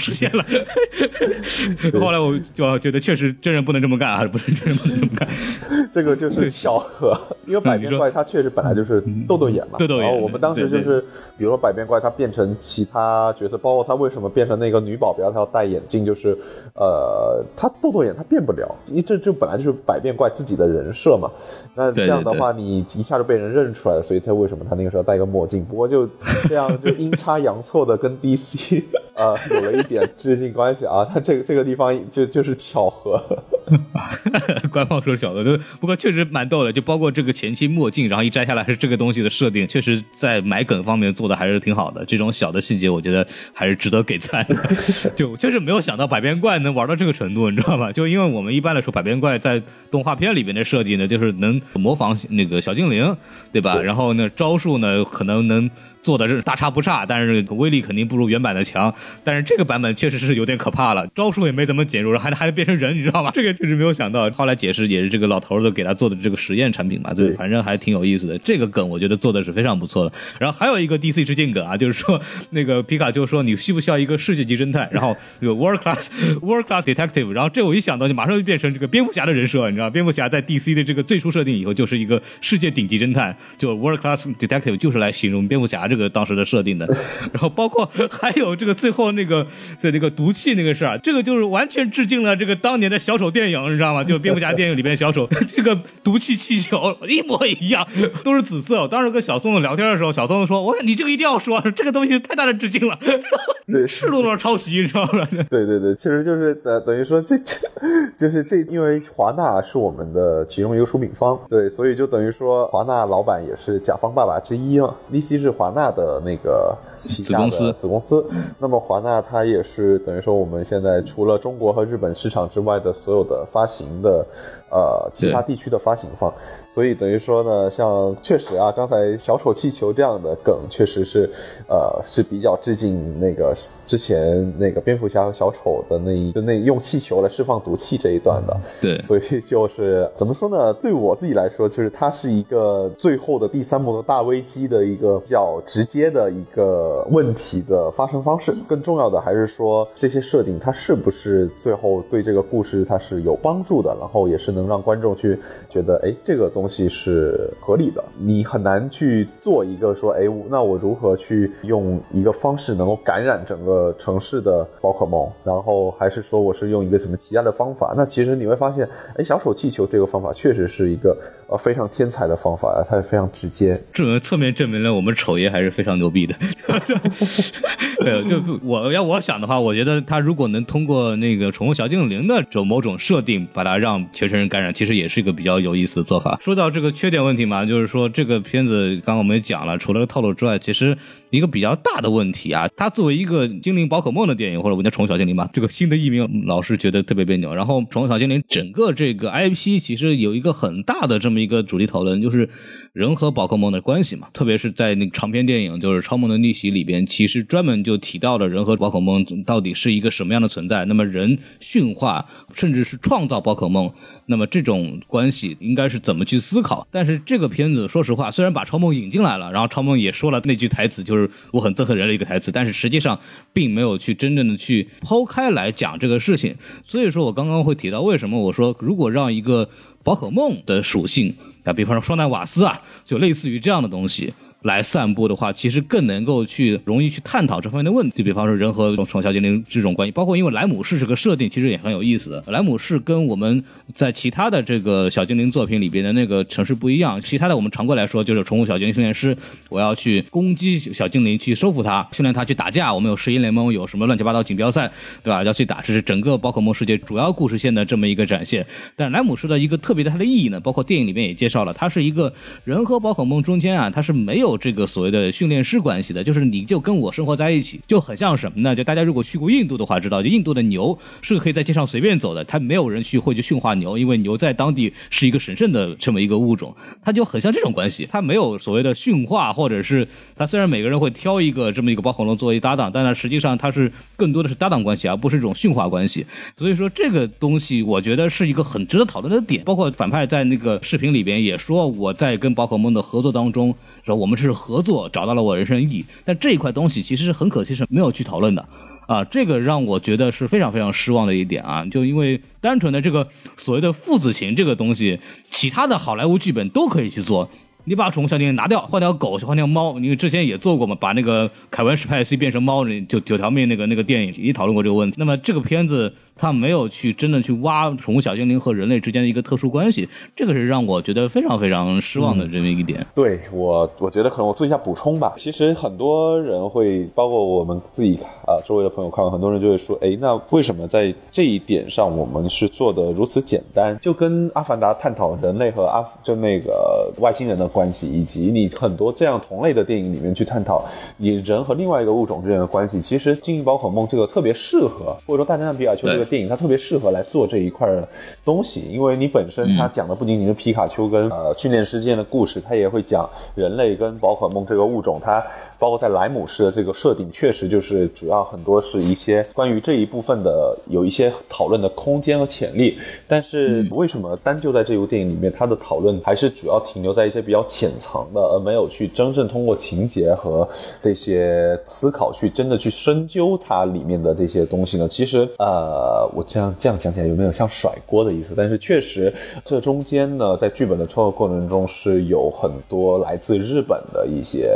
C: 后来我就觉得确实真人不能这么干，还是不是真人不能这么干，
B: 这个就是巧合，因为百变怪它确实本来就是豆豆眼嘛，
C: 豆豆眼，
B: 然后我们当时就是比如说百变怪它变成其他角色，包括它为什么变成那个女保镖她要戴眼镜，就是它豆豆眼它变不了，因为这本来就是百变怪自己的人设嘛，那这样的话你一下就被人认出来了，所以他为什么他那个时候戴个墨镜，不过就这样就阴差阳错的跟 DC 有了一点致敬关系啊，他这个地方就是巧合。
C: 官方说巧合，不过确实蛮逗的，就包括这个前期墨镜然后一摘下来是这个东西的设定，确实在买梗方面做的还是挺好的，这种小的细节我觉得还是值得给赞的。就确实没有想到百变怪能玩到这个程度，你知道吗？就因为我们一般来说百变怪在动画片里边的设计呢，就是能模仿那个小精灵，对吧？然后呢招数呢可能能做的是大差不差，但是威力肯定不如原版的强，但是这个版本确实是有点可怕了，招数也没怎么减弱，还能变成人，你知道吗？这个确实没有想到，后来解释也是这个老头子给他做的这个实验产品嘛，对，反正还挺有意思的，这个梗我觉得做的是非常不错的。然后还有一个 DC 致敬梗啊，就是说那个皮卡丘说你需不需要一个世界级侦探，然后有 world class detective， 然后这我一想到就马上就变成这个蝙蝠侠的人设，你知道蝙蝠侠在 DC 的这个最初设定以后就是一个世界顶级侦探，就 world class detective 就是来形容蝙蝠侠这个当时的设定的。然后包括还有这个最后那个在那个毒气那个事儿，这个就是完全致敬了这个当年的小丑电影，你知知道吗？就蝙蝠侠电影里边小丑这个毒气气球一模一样，都是紫色。我当时跟小宋子聊天的时候，小宋子说：“我说你这个一定要说，这个东西太大的致敬了，
B: 对，
C: 赤裸裸抄袭，你知道吗？”
B: 对对对，其实就是等于说就是因为华纳是我们的其中一个出品方，对，所以就等于说华纳老板也是甲方爸爸之一嘛。DC 是华纳的那个旗下的子公司，那么华纳它也是等于说我们现在除了中国和日本市场之外的所有的发行的其他地区的发行方，所以等于说呢，像确实啊，刚才小丑气球这样的梗确实是是比较致敬那个之前那个蝙蝠侠和小丑的那用气球来释放毒气这一段的。
C: 对，
B: 所以就是怎么说呢，对我自己来说，就是它是一个最后的第三幕的大危机的一个比较直接的一个问题的发生方式。更重要的还是说这些设定它是不是最后对这个故事它是有帮助的，然后也是能让观众去觉得这个东西是合理的。你很难去做一个说那我如何去用一个方式能够感染整个城市的宝可梦，然后还是说我是用一个什么其他的方法。那其实你会发现小丑气球这个方法确实是一个非常天才的方法，它也非常直接，
C: 这侧面证明了我们丑爷还是非常牛逼的。对，就我想的话，我觉得他如果能通过那个宠物小精灵的某种设定把它让全身人感染，其实也是一个比较有意思的做法。说到这个缺点问题嘛，就是说这个片子刚刚我们也讲了，除了套路之外，其实一个比较大的问题啊，它作为一个精灵宝可梦的电影，或者我们叫宠物小精灵吧，这个新的译名老是觉得特别别扭。然后宠物小精灵整个这个 IP 其实有一个很大的这么一个主题讨论，就是人和宝可梦的关系嘛，特别是在那个长篇电影就是《超梦的逆袭》里边，其实专门就提到了人和宝可梦到底是一个什么样的存在，那么人驯化甚至是创造宝可梦，那么这种关系应该是怎么去思考。但是这个片子说实话，虽然把超梦引进来了，然后超梦也说了那句台词，就是我很憎恨人类一个台词，但是实际上并没有去真正的去抛开来讲这个事情。所以说我刚刚会提到为什么我说如果让一个宝可梦的属性比方说双蛋瓦斯啊，就类似于这样的东西来散布的话，其实更能够容易去探讨这方面的问题。比方说人和宠物小精灵这种关系，包括因为莱姆士这个设定其实也很有意思的。莱姆士跟我们在其他的这个小精灵作品里边的那个城市不一样，其他的我们常规来说就是宠物小精灵训练师，我要去攻击小精灵，去收服它，训练它去打架，我们有世英联盟，有什么乱七八糟锦标赛，对吧？要去打，这是整个宝可梦世界主要故事线的这么一个展现。但莱姆士的一个特别的它的意义呢，包括电影里面也介绍了，它是一个人和宝可梦中间啊，它是没有这个所谓的训练师关系的，就是你就跟我生活在一起，就很像什么呢？就大家如果去过印度的话知道，就印度的牛是可以在街上随便走的，它没有人会去驯化牛，因为牛在当地是一个神圣的这么一个物种，它就很像这种关系，它没有所谓的驯化，或者是它虽然每个人会挑一个这么一个宝可梦作为搭档，但是实际上它是更多的是搭档关系，而不是这种驯化关系。所以说这个东西我觉得是一个很值得讨论的点，包括反派在那个视频里边也说，我在跟宝可梦的合作当中说我们是合作找到了我人生意义，但这一块东西其实是很可惜是没有去讨论的啊，这个让我觉得是非常非常失望的一点啊，就因为单纯的这个所谓的父子情这个东西，其他的好莱坞剧本都可以去做。你把宠物小精灵拿掉，换条狗，换条猫，因为之前也做过嘛，把那个凯文史派西变成猫，就9条命那个电影也讨论过这个问题。那么这个片子他没有去真的去挖宠物小精灵和人类之间的一个特殊关系，这个是让我觉得非常非常失望的这么一点。
B: 对，我觉得可能我做一下补充吧。其实很多人会，包括我们自己周围的朋友看，很多人就会说，那为什么在这一点上我们是做的如此简单？就跟阿凡达探讨人类和就那个外星人的关系，以及你很多这样同类的电影里面去探讨你人和另外一个物种之间的关系，其实精灵宝可梦这个特别适合，或者说大战比卡丘这个电影它特别适合来做这一块东西，因为你本身它讲的不仅仅是皮卡丘跟训练师之间的故事，它也会讲人类跟宝可梦这个物种，它包括在莱姆市的这个设定，确实就是主要很多是一些关于这一部分的有一些讨论的空间和潜力。但是为什么单就在这部电影里面，它的讨论还是主要停留在一些比较浅层的，而没有去真正通过情节和这些思考去真的去深究它里面的这些东西呢？其实我这样讲起来有没有像甩锅的意思？但是确实这中间呢，在剧本的创作过程中是有很多来自日本的一些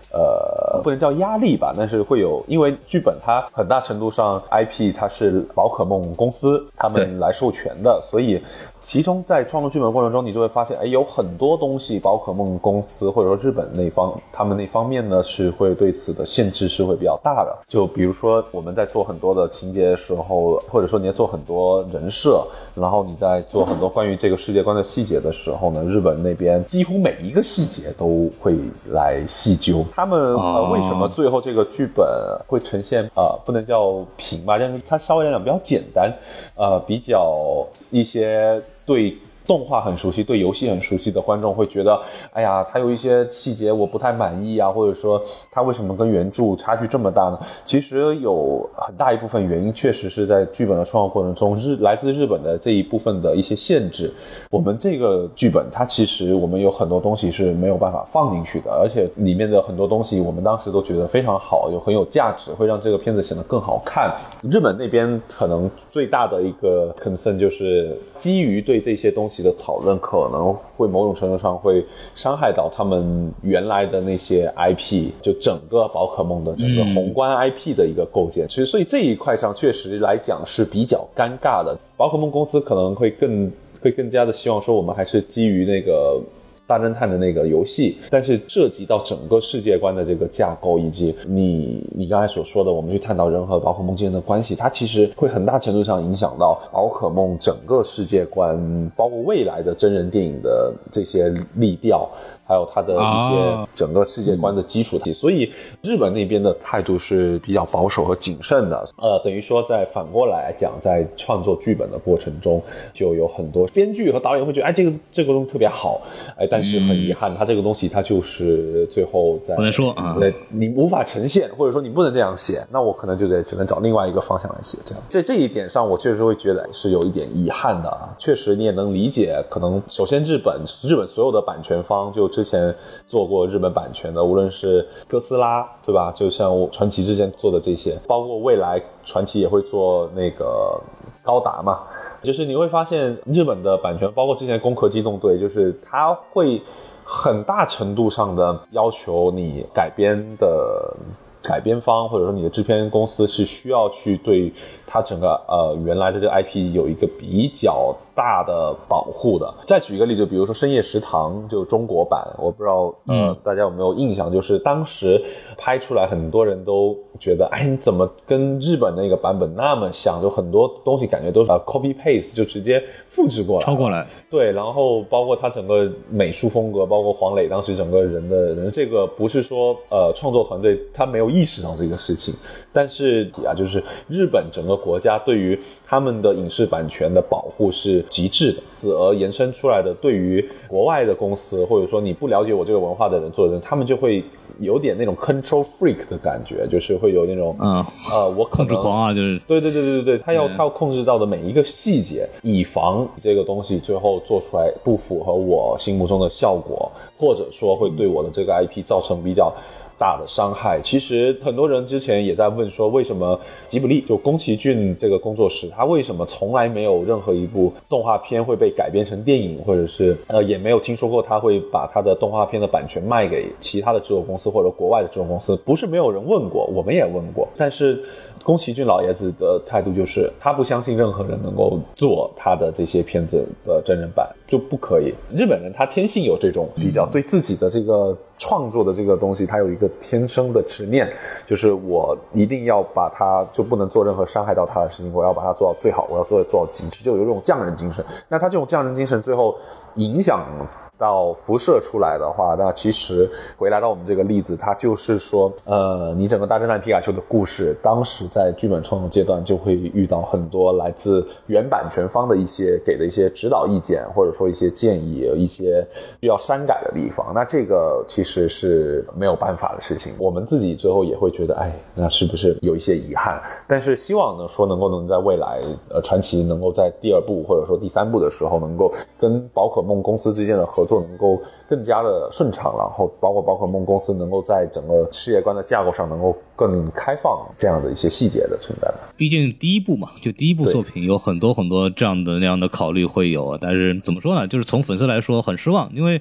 B: 不能叫压力吧，但是会有，因为剧本它很大程度上 IP 它是宝可梦公司他们来授权的，所以其中在创作剧本过程中，你就会发现，有很多东西宝可梦公司或者说日本他们那方面呢是会对此的限制是会比较大的。就比如说我们在做很多的情节的时候，或者说你在做很多人设，然后你在做很多关于这个世界观的细节的时候呢，日本那边几乎每一个细节都会来细究。他们为什么最后这个剧本会呈现不能叫平吧，但是它稍微来讲比较简单，比较一些对动画很熟悉，对游戏很熟悉的观众会觉得，哎呀，它有一些细节我不太满意啊，或者说它为什么跟原著差距这么大呢？其实有很大一部分原因确实是在剧本的创作过程中，来自日本的这一部分的一些限制。我们这个剧本它其实我们有很多东西是没有办法放进去的，而且里面的很多东西我们当时都觉得非常好，很有价值，会让这个片子显得更好看。日本那边可能最大的一个 concern 就是基于对这些东西的讨论，可能会某种程度上会伤害到他们原来的那些 IP， 就整个宝可梦的整个宏观 IP 的一个构建。其实所以这一块上确实来讲是比较尴尬的。宝可梦公司可能会更加的希望说我们还是基于那个大侦探的那个游戏，但是涉及到整个世界观的这个架构，以及你刚才所说的我们去探讨人和宝可梦之间的关系，它其实会很大程度上影响到宝可梦整个世界观，包括未来的真人电影的这些立调，还有它的一些整个世界观的基础。所以日本那边的态度是比较保守和谨慎的。等于说在反过来讲，在创作剧本的过程中，就有很多编剧和导演会觉得，这个东西特别好，但是很遗憾，它这个东西它就是最后在
C: 不能说啊，
B: 你无法呈现，或者说你不能这样写，那我可能就只能找另外一个方向来写。这一点上，我确实会觉得是有一点遗憾的啊。确实你也能理解，可能首先日本所有的版权方就之前做过日本版权的，无论是哥斯拉，对吧？就像传奇之前做的这些，包括未来传奇也会做那个高达嘛。就是你会发现日本的版权，包括之前攻壳机动队，就是它会很大程度上的要求你改编方或者说你的制片公司是需要去对它整个原来的这个 IP 有一个比较大的保护的。再举一个例子，比如说深夜食堂就中国版，我不知道大家有没有印象，就是当时拍出来很多人都觉得，你怎么跟日本那个版本那么像，就很多东西感觉都是copy paste， 就直接复制过来抄
C: 过来。对，
B: 然后包括它整个美术风格，包括黄磊当时整个人这个不是说创作团队他没有意识到这个事情，但是就是日本整个国家对于他们的影视版权的保护是极致的，自而延伸出来的对于国外的公司或者说你不了解我这个文化的人做的人，他们就会有点那种 control freak 的感觉，就是会有那种我可能控制
C: 狂啊，就是
B: 对，他要控制到的每一个细节，以防这个东西最后做出来不符合我心目中的效果，或者说会对我的这个 IP 造成比较大的伤害。其实很多人之前也在问说，为什么吉卜力就宫崎骏这个工作室，他为什么从来没有任何一部动画片会被改编成电影，或者是也没有听说过他会把他的动画片的版权卖给其他的制作公司或者国外的制作公司。不是没有人问过，我们也问过，但是宫崎骏老爷子的态度就是他不相信任何人能够做他的这些片子的真人版，就不可以。日本人他天性有这种比较对自己的这个创作的这个东西，他有一个天生的执念，就是我一定要把它，就不能做任何伤害到他的事情，我要把它做到最好，我要做到极致，就有这种匠人精神。那他这种匠人精神最后影响到辐射出来的话，那其实回来到我们这个例子，它就是说你整个大侦探皮卡丘的故事当时在剧本创作阶段就会遇到很多来自原版权方的一些给的一些指导意见，或者说一些建议，一些需要删改的地方。那这个其实是没有办法的事情，我们自己最后也会觉得那是不是有一些遗憾。但是希望呢说能在未来传奇能够在第2部或者说第3部的时候能够跟宝可梦公司之间的合作能够更加的顺畅，然后包括宝可梦公司能够在整个事业观的架构上能够更开放，这样的一些细节的存在。
C: 毕竟第1部嘛，就第1部作品有很多很多这样的那样的考虑会有，但是怎么说呢，就是从粉丝来说很失望，因为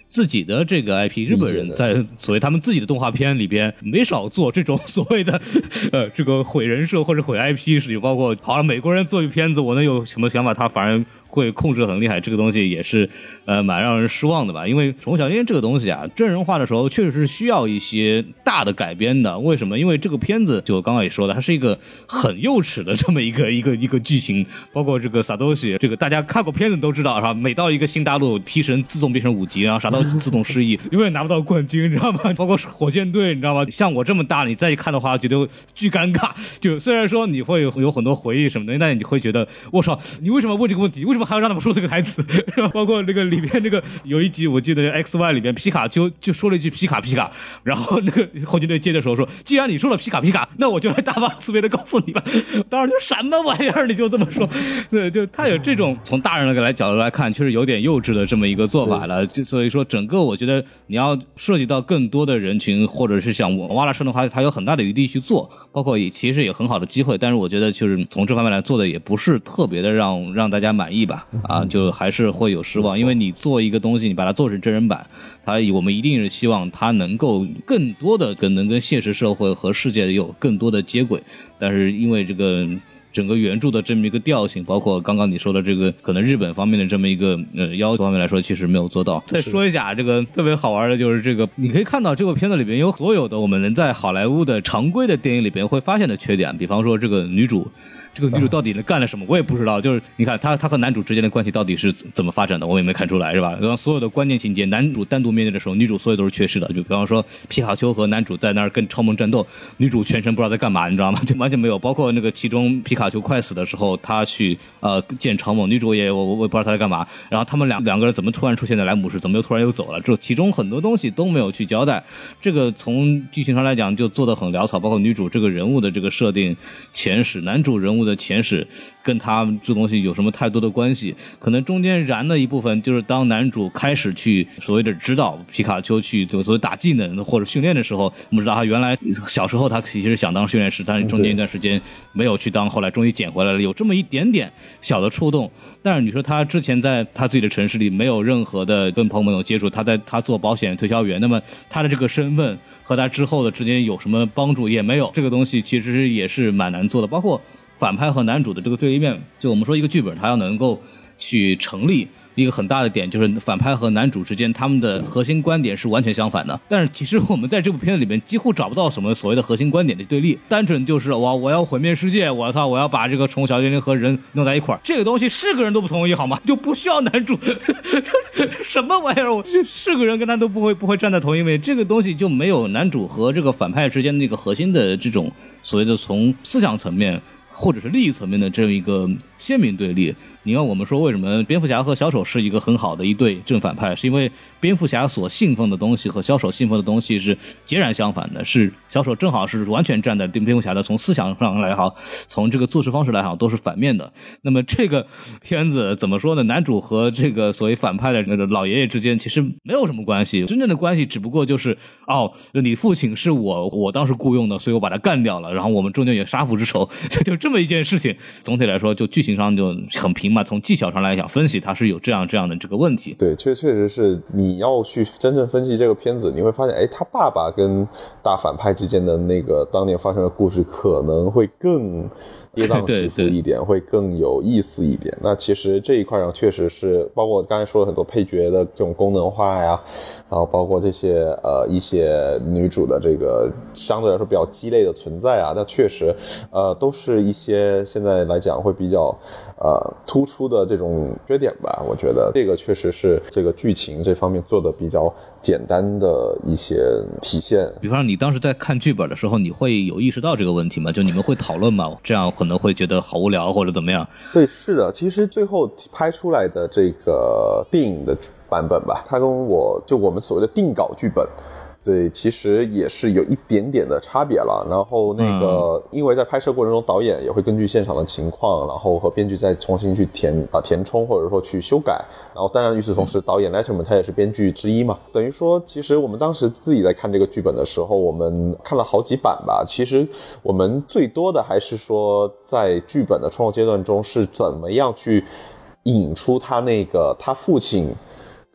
C: 自己的这个 IP， 日本人在所谓他们自己的动画片里边没少做这种所谓的这个毁人设或者毁 IP 事情，包括好了美国人做一片子，我能有什么想法，他反而会控制很厉害，这个东西也是蛮让人失望的吧。因为宠物小精灵这个东西啊，真人化的时候确实是需要一些大的改编的。为什么？因为这个片子就我刚刚也说的，它是一个很幼齿的这么一个剧情，包括这个萨多西，这个大家看过片子都知道是吧？每到一个新大陆，P 神自动变成5级，然后傻刀自动失忆，永远拿不到冠军，你知道吗？包括火箭队，你知道吗？像我这么大，你再一看的话，觉得巨尴尬。就虽然说你会有很多回忆什么的，但你会觉得我操，你为什么问这个问题？为什么还要让他们说这个台词？包括那个里边那个有一集我记得 XY 里边皮卡丘就说了一句皮卡，然后那个火箭队接着说既然你说了皮卡，那我就来大发慈悲的告诉你吧。当然就什么玩意儿你就这么说，对，就他有这种从大人的角度来看确实有点幼稚的这么一个做法了。所以说整个我觉得你要涉及到更多的人群，或者是想挖拉深的话，它有很大的余地去做，包括其实有很好的机会，但是我觉得就是从这方面来做的也不是特别的让大家满意吧。就还是会有失望，因为你做一个东西，你把它做成真人版，我们一定是希望它能够更多的能跟现实社会和世界有更多的接轨，但是因为这个整个原著的这么一个调性，包括刚刚你说的这个可能日本方面的这么一个要求方面来说，其实没有做到。再说一下这个特别好玩的就是这个，你可以看到这个片子里边有所有的我们能在好莱坞的常规的电影里边会发现的缺点，比方说这个女主到底干了什么我也不知道，就是你看她和男主之间的关系到底是怎么发展的我也没看出来，是吧？然后所有的关键情节男主单独面对的时候，女主所有都是缺失的，就比方说皮卡丘和男主在那儿跟超萌战斗，女主全程不知道在干嘛，你知道吗？就完全没有。包括那个其中皮卡丘快死的时候，他去见超萌，女主我也不知道他在干嘛，然后他们两个人怎么突然出现在莱姆市，怎么又突然又走了，这其中很多东西都没有去交代。这个从剧情上来讲就做得很潦草，包括女主这个人物的这个设定前史，男主人物的前史跟他这东西有什么太多的关系，可能中间燃的一部分就是当男主开始去所谓的指导皮卡丘去所谓打技能或者训练的时候，我们知道他原来小时候他其实想当训练师，但是中间一段时间没有去当，后来终于捡回来了，有这么一点点小的触动。但是你说他之前在他自己的城市里没有任何的跟朋友们有接触，他做保险推销员，那么他的这个身份和他之后的之间有什么帮助也没有，这个东西其实也是蛮难做的。包括反派和男主的这个对立面，就我们说一个剧本它要能够去成立，一个很大的点就是反派和男主之间他们的核心观点是完全相反的，但是其实我们在这部片子里面几乎找不到什么所谓的核心观点的对立，单纯就是我要毁灭世界，我要把这个宠物小精灵和人弄在一块儿，这个东西是个人都不同意好吗？就不需要男主什么玩意儿，是个人跟他都不会站在同一位，这个东西就没有男主和这个反派之间的那个核心的这种所谓的从思想层面或者是利益层面的这样一个鲜明对立。你看我们说为什么蝙蝠侠和小丑是一个很好的一对正反派，是因为蝙蝠侠所信奉的东西和小丑信奉的东西是截然相反的，是小丑正好是完全站在蝙蝠侠的从思想上来好，从这个做事方式来好都是反面的。那么这个片子怎么说呢？男主和这个所谓反派的那个老爷爷之间其实没有什么关系，真正的关系只不过就是你父亲是我当时雇佣的，所以我把他干掉了，然后我们中间有杀父之仇，就这么一件事情。总体来说就剧情上就很平嘛，从技巧上来讲分析它是有这样的这个问题。
B: 对，确实是你要去真正分析这个片子，你会发现他爸爸跟大反派之间的那个当年发生的故事可能会更跌宕起伏一点，会更有意思一点。那其实这一块上确实是包括我刚才说了很多配角的这种功能化呀，然后包括这些一些女主的这个相对来说比较鸡肋的存在啊，那确实都是一些现在来讲会比较突出的这种缺点吧。我觉得这个确实是这个剧情这方面做的比较简单的一些体现。
C: 比方说你当时在看剧本的时候，你会有意识到这个问题吗？就你们会讨论吗？这样可能会觉得好无聊或者怎么样？
B: 对，是的，其实最后拍出来的这个电影的版本吧，它跟我们所谓的定稿剧本，对，其实也是有一点点的差别了。然后那个因为在拍摄过程中导演也会根据现场的情况，然后和编剧再重新去填充或者说去修改。然后当然与此同时导演 Letterman 他也是编剧之一嘛，等于说其实我们当时自己在看这个剧本的时候，我们看了好几版吧，其实我们最多的还是说在剧本的创作阶段中是怎么样去引出他父亲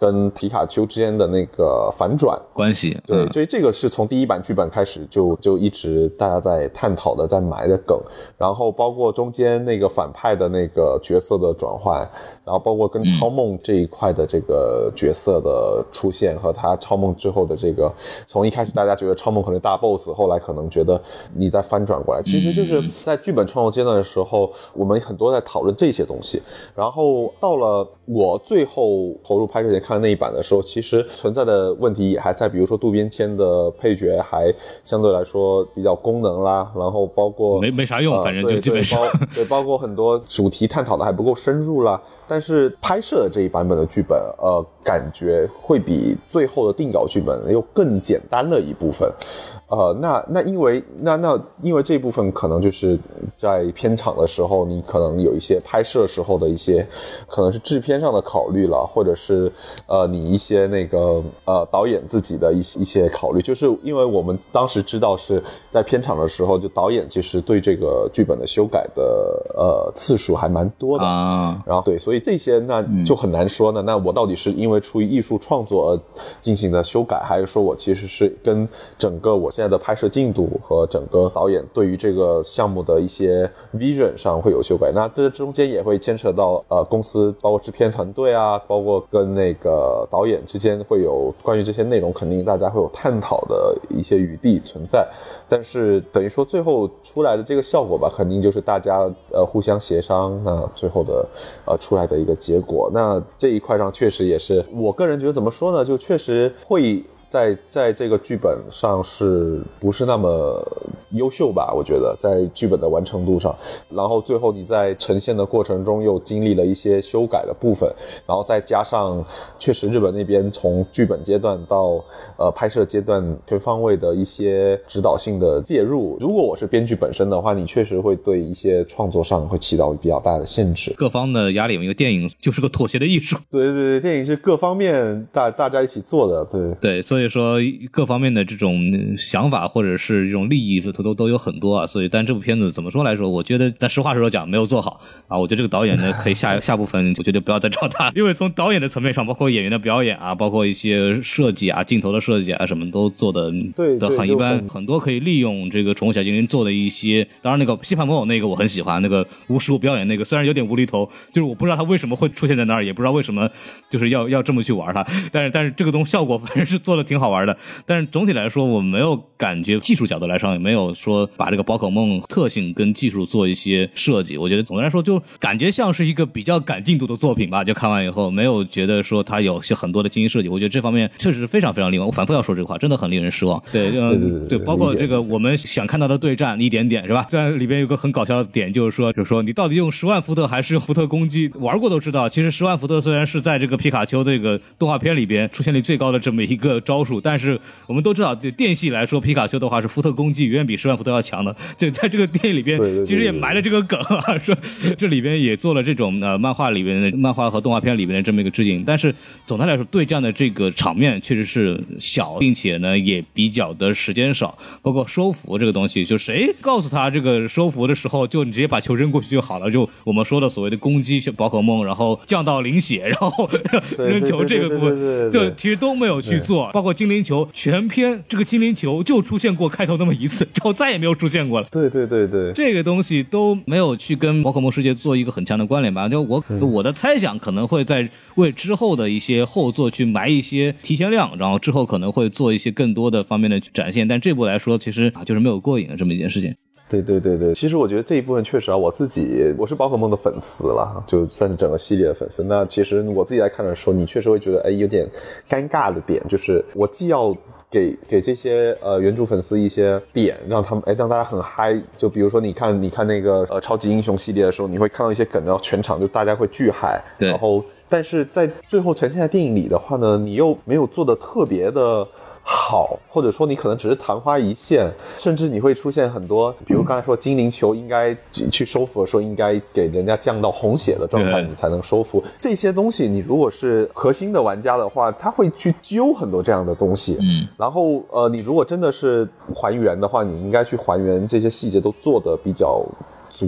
B: 跟皮卡丘之间的那个反转
C: 关系。
B: 对，所以这个是从第一版剧本开始就一直大家在探讨的，在埋的梗，然后包括中间那个反派的那个角色的转换，然后包括跟超梦这一块的这个角色的出现和他超梦之后的这个，从一开始大家觉得超梦可能大 boss， 后来可能觉得你再翻转过来，其实就是在剧本创作阶段的时候，我们很多在讨论这些东西，然后到了我最后投入拍摄前看那一版的时候，其实存在的问题也还在，比如说渡边谦的配角还相对来说比较功能啦，然后包括
C: 没啥用，反正就基本上
B: 对，包括很多主题探讨的还不够深入啦。但是拍摄的这一版本的剧本，感觉会比最后的定稿剧本又更简单了一部分。那因为这一部分可能就是在片场的时候，你可能有一些拍摄时候的一些可能是制片上的考虑了，或者是你一些那个导演自己的一些考虑，就是因为我们当时知道是在片场的时候，就导演其实对这个剧本的修改的次数还蛮多的啊，然后对，所以这些那就很难说呢。那我到底是因为出于艺术创作而进行的修改，还是说我其实是跟整个我现在的拍摄进度和整个导演对于这个项目的一些 vision 上会有修改？那这中间也会牵扯到公司包括制片团队啊，包括跟那个导演之间会有关于这些内容肯定大家会有探讨的一些余地存在，但是等于说最后出来的这个效果吧，肯定就是大家互相协商，那最后的出来的一个结果。那这一块上确实也是我个人觉得怎么说呢，就确实会在这个剧本上是不是那么优秀吧，我觉得在剧本的完成度上，然后最后你在呈现的过程中又经历了一些修改的部分，然后再加上确实日本那边从剧本阶段到拍摄阶段全方位的一些指导性的介入，如果我是编剧本身的话，你确实会对一些创作上会起到比较大的限制，
C: 各方的压力，因为电影就是个妥协的艺术。
B: 对对对，电影是各方面大家一起做的，对
C: 对，所以说各方面的这种想法或者是这种利益都有很多啊，所以但这部片子怎么说来说，我觉得但实话实说讲没有做好啊，我觉得这个导演呢可以下部分我觉得不要再找他，因为从导演的层面上，包括演员的表演啊，包括一些设计啊，镜头的设计啊，什么都做的很一般，很多可以利用这个宠物小精灵做的一些，当然那个西畔朋友那个我很喜欢，那个无实物表演那个虽然有点无厘头，就是我不知道他为什么会出现在那儿，也不知道为什么就是要这么去玩它，但是这个东西效果反正是做的挺好玩的。但是总体来说我没有感觉技术角度来上也没有说把这个宝可梦特性跟技术做一些设计，我觉得总的来说就感觉像是一个比较赶进度的作品吧，就看完以后没有觉得说它有些很多的精心设计，我觉得这方面确实非常非常令人，我反复要说这个话，真的很令人失望。对，包括这个我们想看到的对战一点点是吧，这里边有个很搞笑的点，就是说你到底用10万伏特还是用福特攻击，玩过都知道，其实10万伏特虽然是在这个皮卡丘这个动画片里边出现率最高的这么一个招数，但是我们都知道对电系来说，皮卡丘的话是福特攻击远远比10万伏特要强的，这在这个电影里边其实也埋了这个梗啊，说这里边也做了这种漫画里边的漫画和动画片里边的这么一个致敬，但是总的来说对战的这个场面确实是小，并且呢也比较的时间少，包括收服这个东西，就谁告诉他这个收服的时候就你直接把球扔过去就好了，就我们说的所谓的攻击宝可梦，然后降到零血，然后扔球这个部分，就其实都没有去做，包括精灵球全片这个精灵球就出现过开头那么一次，之后再也没有出现过了。
B: 对，
C: 这个东西都没有去跟宝可梦世界做一个很强的关联吧？就我的猜想可能会在为之后的一些后作去埋一些提前量，然后之后可能会做一些更多的方面的展现，但这部来说其实就是没有过瘾的这么一件事情。
B: 对，其实我觉得这一部分确实我是宝可梦的粉丝了，就算是整个系列的粉丝。那其实我自己来看的时候，你确实会觉得有点尴尬的点，就是我既要给这些原著粉丝一些点，让他们让大家很嗨。就比如说你看那个超级英雄系列的时候，你会看到一些梗，然后全场就大家会巨嗨。对，然后但是在最后呈现在电影里的话呢，你又没有做的特别的好，或者说你可能只是昙花一现，甚至你会出现很多，比如刚才说精灵球应该去收服的时候应该给人家降到红血的状态你才能收服，这些东西你如果是核心的玩家的话，他会去揪很多这样的东西，然后你如果真的是还原的话，你应该去还原这些细节都做得比较足，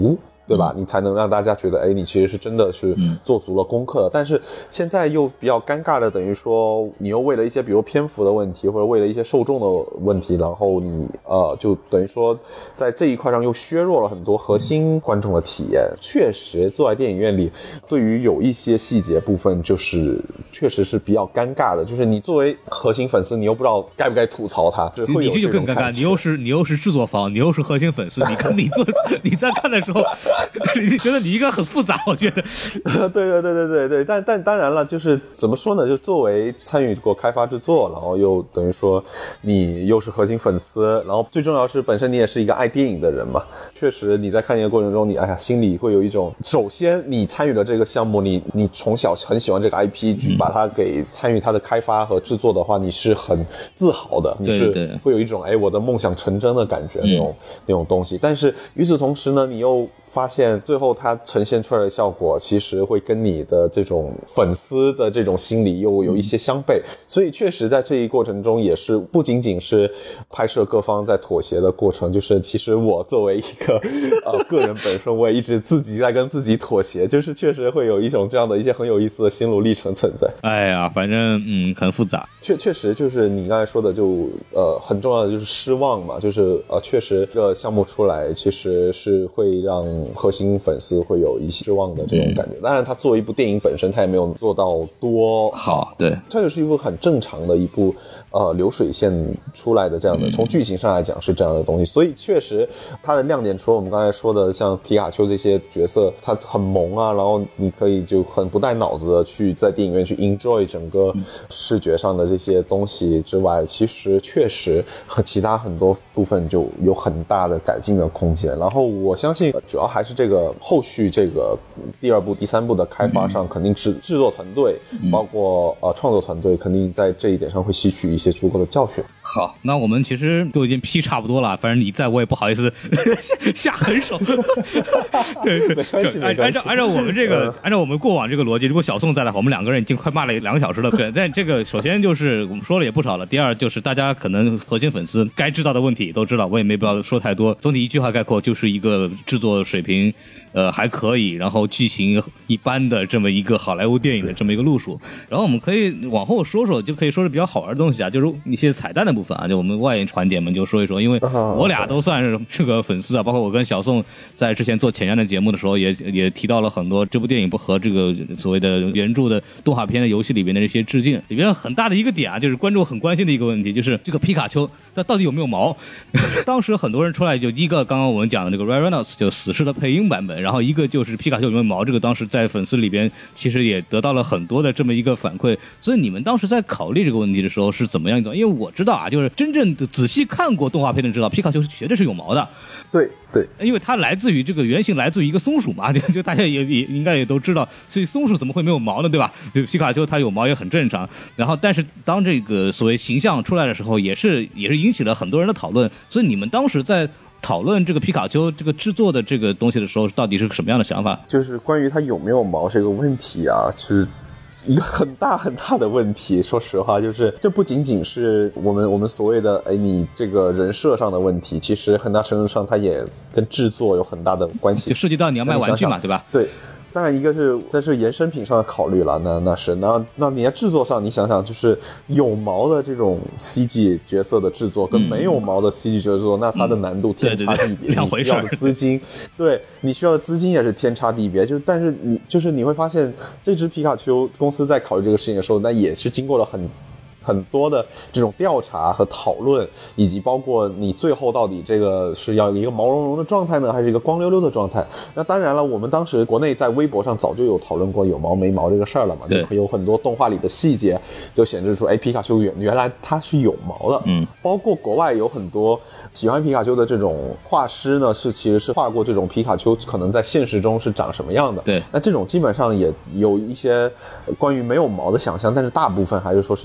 B: 对吧？你才能让大家觉得，哎，你其实是真的是做足了功课的。但是现在又比较尴尬的，等于说你又为了一些比如篇幅的问题，或者为了一些受众的问题，然后你就等于说在这一块上又削弱了很多核心观众的体验。确实坐在电影院里，对于有一些细节部分就是确实是比较尴尬的，就是你作为核心粉丝，你又不知道该不该吐槽它，
C: 你这就更尴尬，你又是制作方，你又是核心粉丝，你在看的时候你觉得你应该很复杂，我觉得
B: 对，但当然了，就是怎么说呢，就作为参与过开发制作，然后又等于说你又是核心粉丝，然后最重要是本身你也是一个爱电影的人嘛，确实你在看的过程中，你心里会有一种，首先你参与了这个项目，你从小很喜欢这个 IP， 去把它给参与它的开发和制作的话，你是很自豪的，你是会有一种我的梦想成真的感觉，那种东西。但是与此同时呢，你又发现最后它呈现出来的效果其实会跟你的这种粉丝的这种心理又有一些相悖，所以确实在这一过程中也是不仅仅是拍摄各方在妥协的过程，就是其实我作为一个个人本身，我也一直自己在跟自己妥协，就是确实会有一种这样的一些很有意思的心路历程存在。
C: 哎呀，反正很复杂，
B: 确实就是你刚才说的，就很重要的就是失望嘛，就是确实这个项目出来其实是会让核心粉丝会有一些失望的这种感觉。当然它作为一部电影本身它也没有做到多好，
C: 对，
B: 它就是一部很正常的一部流水线出来的这样的，从剧情上来讲是这样的东西。所以确实它的亮点除了我们刚才说的像皮卡丘这些角色它很萌啊，然后你可以就很不带脑子的去在电影院去 enjoy 整个视觉上的这些东西之外，其实确实和其他很多部分就有很大的改进的空间。然后我相信主要还是这个后续这个第二部第三部的开发上，肯定制作团队包括创作团队肯定在这一点上会吸取一些足够的教训。
C: 好，那我们其实都已经批差不多了，反正你在我也不好意思下狠手。对，
B: 没关系，
C: 按照我们这个按照我们过往这个逻辑，如果小宋在的话，我们两个人已经快骂了2个小时了。对，但这个首先就是我们说了也不少了，第二就是大家可能核心粉丝该知道的问题都知道，我也没必要说太多。总体一句话概括，就是一个制作水平还可以，然后剧情一般的这么一个好莱坞电影的这么一个路数。然后我们可以往后说说，就可以说是比较好玩的东西啊，就是一些彩蛋的部分啊，就我们外延环节们就说一说，因为我俩都算是个粉丝啊，包括我跟小宋在之前做前瞻的节目的时候也提到了很多这部电影和这个所谓的原著的动画片的游戏里边的这些致敬。里边很大的一个点啊，就是观众很关心的一个问题，就是这个皮卡丘它到底有没有毛。当时很多人出来就一个刚刚我们讲的这个 Ryan Reynolds 就死侍的配音版本，然后一个就是皮卡丘有没有毛，这个当时在粉丝里边其实也得到了很多的这么一个反馈。所以你们当时在考虑这个问题的时候是怎么样一种？因为我知道啊，就是真正的仔细看过动画片的知道，皮卡丘是绝对是有毛的。
B: 对，
C: 因为它来自于这个原型来自于一个松鼠嘛，就大家也应该也都知道，所以松鼠怎么会没有毛呢，对吧？对，皮卡丘它有毛也很正常。然后但是当这个所谓形象出来的时候，也是引起了很多人的讨论。所以你们当时在讨论这个皮卡丘这个制作的这个东西的时候，到底是什么样的想法？
B: 就是关于它有没有毛这个问题啊，是一个很大很大的问题。说实话，就是这不仅仅是我们所谓的你这个人设上的问题，其实很大程度上它也跟制作有很大的关系，
C: 就涉及到你要卖玩具嘛，对吧？
B: 对。当然一个是这是衍生品上的考虑了，那是那你在制作上你想想，就是有毛的这种 CG 角色的制作跟没有毛的 CG 角色制作，那它的难度天差地别，
C: 两回事。
B: 你需要的资金，对，你需要的资金也是天差地别。但是你会发现，这只皮卡丘公司在考虑这个事情的时候，那也是经过了很多的这种调查和讨论，以及包括你最后到底这个是要一个毛茸茸的状态呢，还是一个光溜溜的状态。那当然了，我们当时国内在微博上早就有讨论过有毛没毛这个事儿了嘛，就有很多动画里的细节就显示出皮卡丘原来它是有毛的。包括国外有很多喜欢皮卡丘的这种画师呢，其实是画过这种皮卡丘可能在现实中是长什么样的。
C: 对，
B: 那这种基本上也有一些关于没有毛的想象，但是大部分还是说是有毛的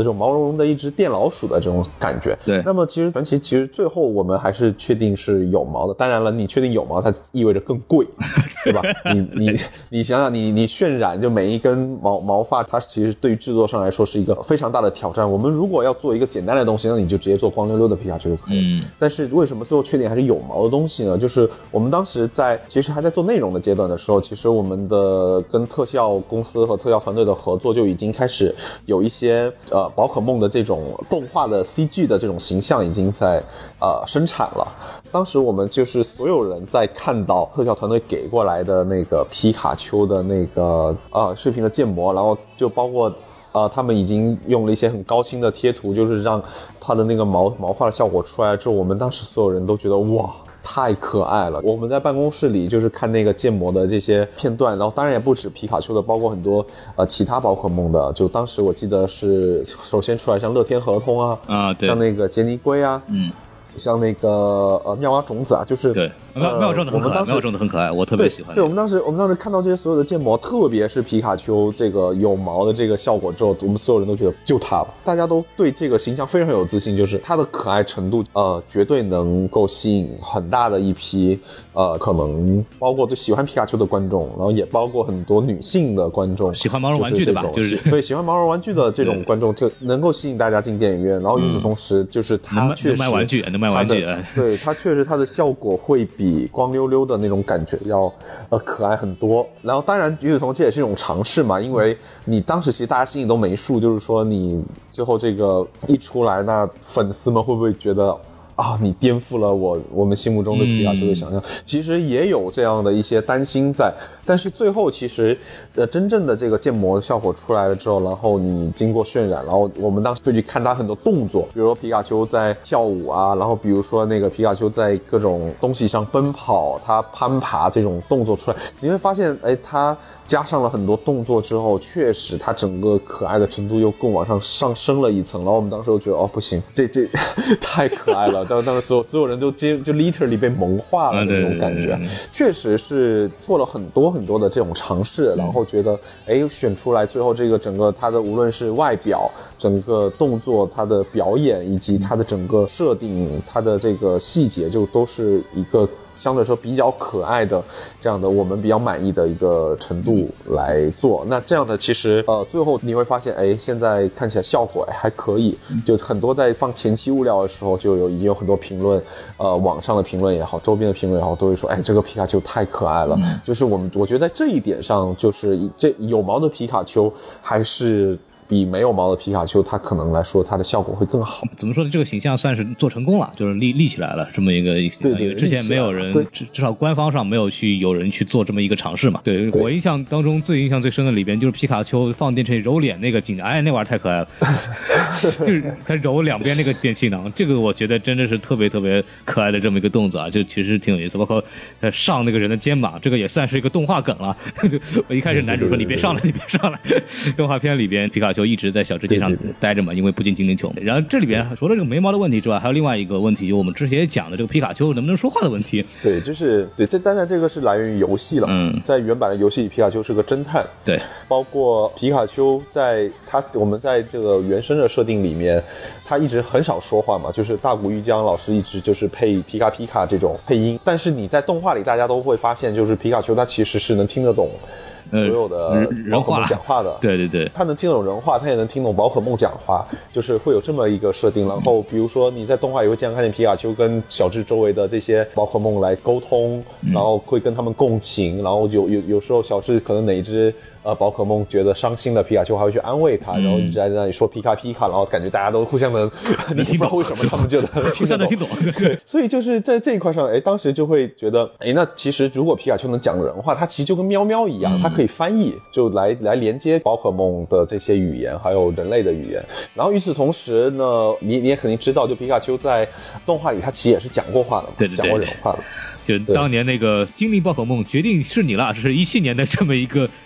B: 的这种毛茸茸的一只电老鼠的这种感觉。
C: 对，
B: 那么其实传奇其实最后我们还是确定是有毛的，当然了，你确定有毛，它意味着更贵，对吧？你想想，你渲染就每一根毛发，它其实对于制作上来说是一个非常大的挑战。我们如果要做一个简单的东西，那你就直接做光溜溜的皮卡丘就可以了。但是为什么最后确定还是有毛的东西呢？就是我们当时其实还在做内容的阶段的时候，其实我们的跟特效公司和特效团队的合作就已经开始有一些宝可梦的这种动画的 CG 的这种形象已经在生产了。当时我们就是所有人在看到特效团队给过来的那个皮卡丘的那个视频的建模，然后就包括他们已经用了一些很高清的贴图，就是让它的那个毛发的效果出来之后，我们当时所有人都觉得哇，太可爱了。我们在办公室里就是看那个建模的这些片段，然后当然也不止皮卡丘的，包括很多其他宝可梦的。就当时我记得是首先出来像乐天河童对，像那个杰尼龟像那个妙蛙种子就是
C: 对妙种子很可爱，妙种子很可爱，我特别喜欢。
B: 对，我们当时看到这些所有的建模，特别是皮卡丘这个有毛的这个效果之后，我们所有人都觉得就它吧，大家都对这个形象非常有自信，就是它的可爱程度绝对能够吸引很大的一批可能包括对喜欢皮卡丘的观众，然后也包括很多女性的观众，
C: 喜欢毛绒玩具的吧，就是
B: 对喜欢毛绒玩具的这种观众，就能够吸引大家进电影院。然后与此同时，就是它确实
C: 能卖玩具，能卖玩具，
B: 对，它确实它的效果会比光溜溜的那种感觉要可爱很多。然后当然与此同时这也是一种尝试嘛，因为你当时其实大家心里都没数，就是说你最后这个一出来，那粉丝们会不会觉得你颠覆了我们心目中的皮卡丘的想象，其实也有这样的一些担心在。但是最后其实真正的这个建模效果出来了之后，然后你经过渲染，然后我们当时会去看它很多动作，比如说皮卡丘在跳舞然后比如说那个皮卡丘在各种东西上奔跑，它攀爬这种动作出来，你会发现它加上了很多动作之后，确实它整个可爱的程度又更往上升了一层。然后我们当时就觉得不行，这太可爱了，当时所有人就 literally 被萌化了那种感觉。确实是做了很多很多的这种尝试，然后觉得选出来最后这个整个它的无论是外表、整个动作、它的表演以及它的整个设定、它的这个细节，就都是一个相对来说比较可爱的这样的我们比较满意的一个程度来做。那这样的其实最后你会发现现在看起来效果还可以，就很多在放前期物料的时候就已经有很多评论，网上的评论也好，周边的评论也好，都会说这个皮卡丘太可爱了。就是我觉得在这一点上，就是这有毛的皮卡丘还是比没有毛的皮卡丘它可能来说它的效果会更好。
C: 怎么说呢，这个形象算是做成功了，就是立起来了这么一个
B: 对，
C: 因为之前没有人至少官方上没有人去做这么一个尝试嘛。对，我印象当中印象最深的里边就是皮卡丘放电器揉脸那个景，那玩意儿太可爱了就是他揉两边那个电气囊，这个我觉得真的是特别特别可爱的这么一个动作就其实挺有意思。包括上那个人的肩膀，这个也算是一个动画梗了我一开始男主说你别上来你别上来动画片里边皮卡丘一直在小世界上待着嘛，因为不进精灵球。然后这里边除了这个眉毛的问题之外，还有另外一个问题，就我们之前也讲的这个皮卡丘能不能说话的问题。
B: 对，就是对，当然这个是来源于游戏了。在原版的游戏里，皮卡丘是个侦探。
C: 对，
B: 包括皮卡丘我们在这个原生的设定里面，他一直很少说话嘛，就是大谷玉江老师一直就是配皮卡皮卡这种配音。但是你在动画里，大家都会发现，就是皮卡丘他其实是能听得懂所有的宝可梦讲话的。
C: 对对对，
B: 他能听懂人话，他也能听懂宝可梦讲话，就是会有这么一个设定。然后比如说你在动画里会经常看见皮卡丘跟小智周围的这些宝可梦来沟通，然后会跟他们共情，然后有时候小智可能哪一只宝可梦觉得伤心的，皮卡丘还会去安慰他，然后一直在那里说皮卡皮卡，然后感觉大家都互相的你不知道为什么他们就
C: 互相的听懂
B: 对，所以就是在这一块上当时就会觉得那其实如果皮卡丘能讲人话，它其实就跟喵喵一样，它可以翻译，就来连接宝可梦的这些语言还有人类的语言。然后与此同时呢，你也肯定知道，就皮卡丘在动画里它其实也是讲过话的嘛，
C: 对对对，
B: 讲过人话的。
C: 就当年那个精灵宝可梦决定是你了，这是17年的这么一个相当于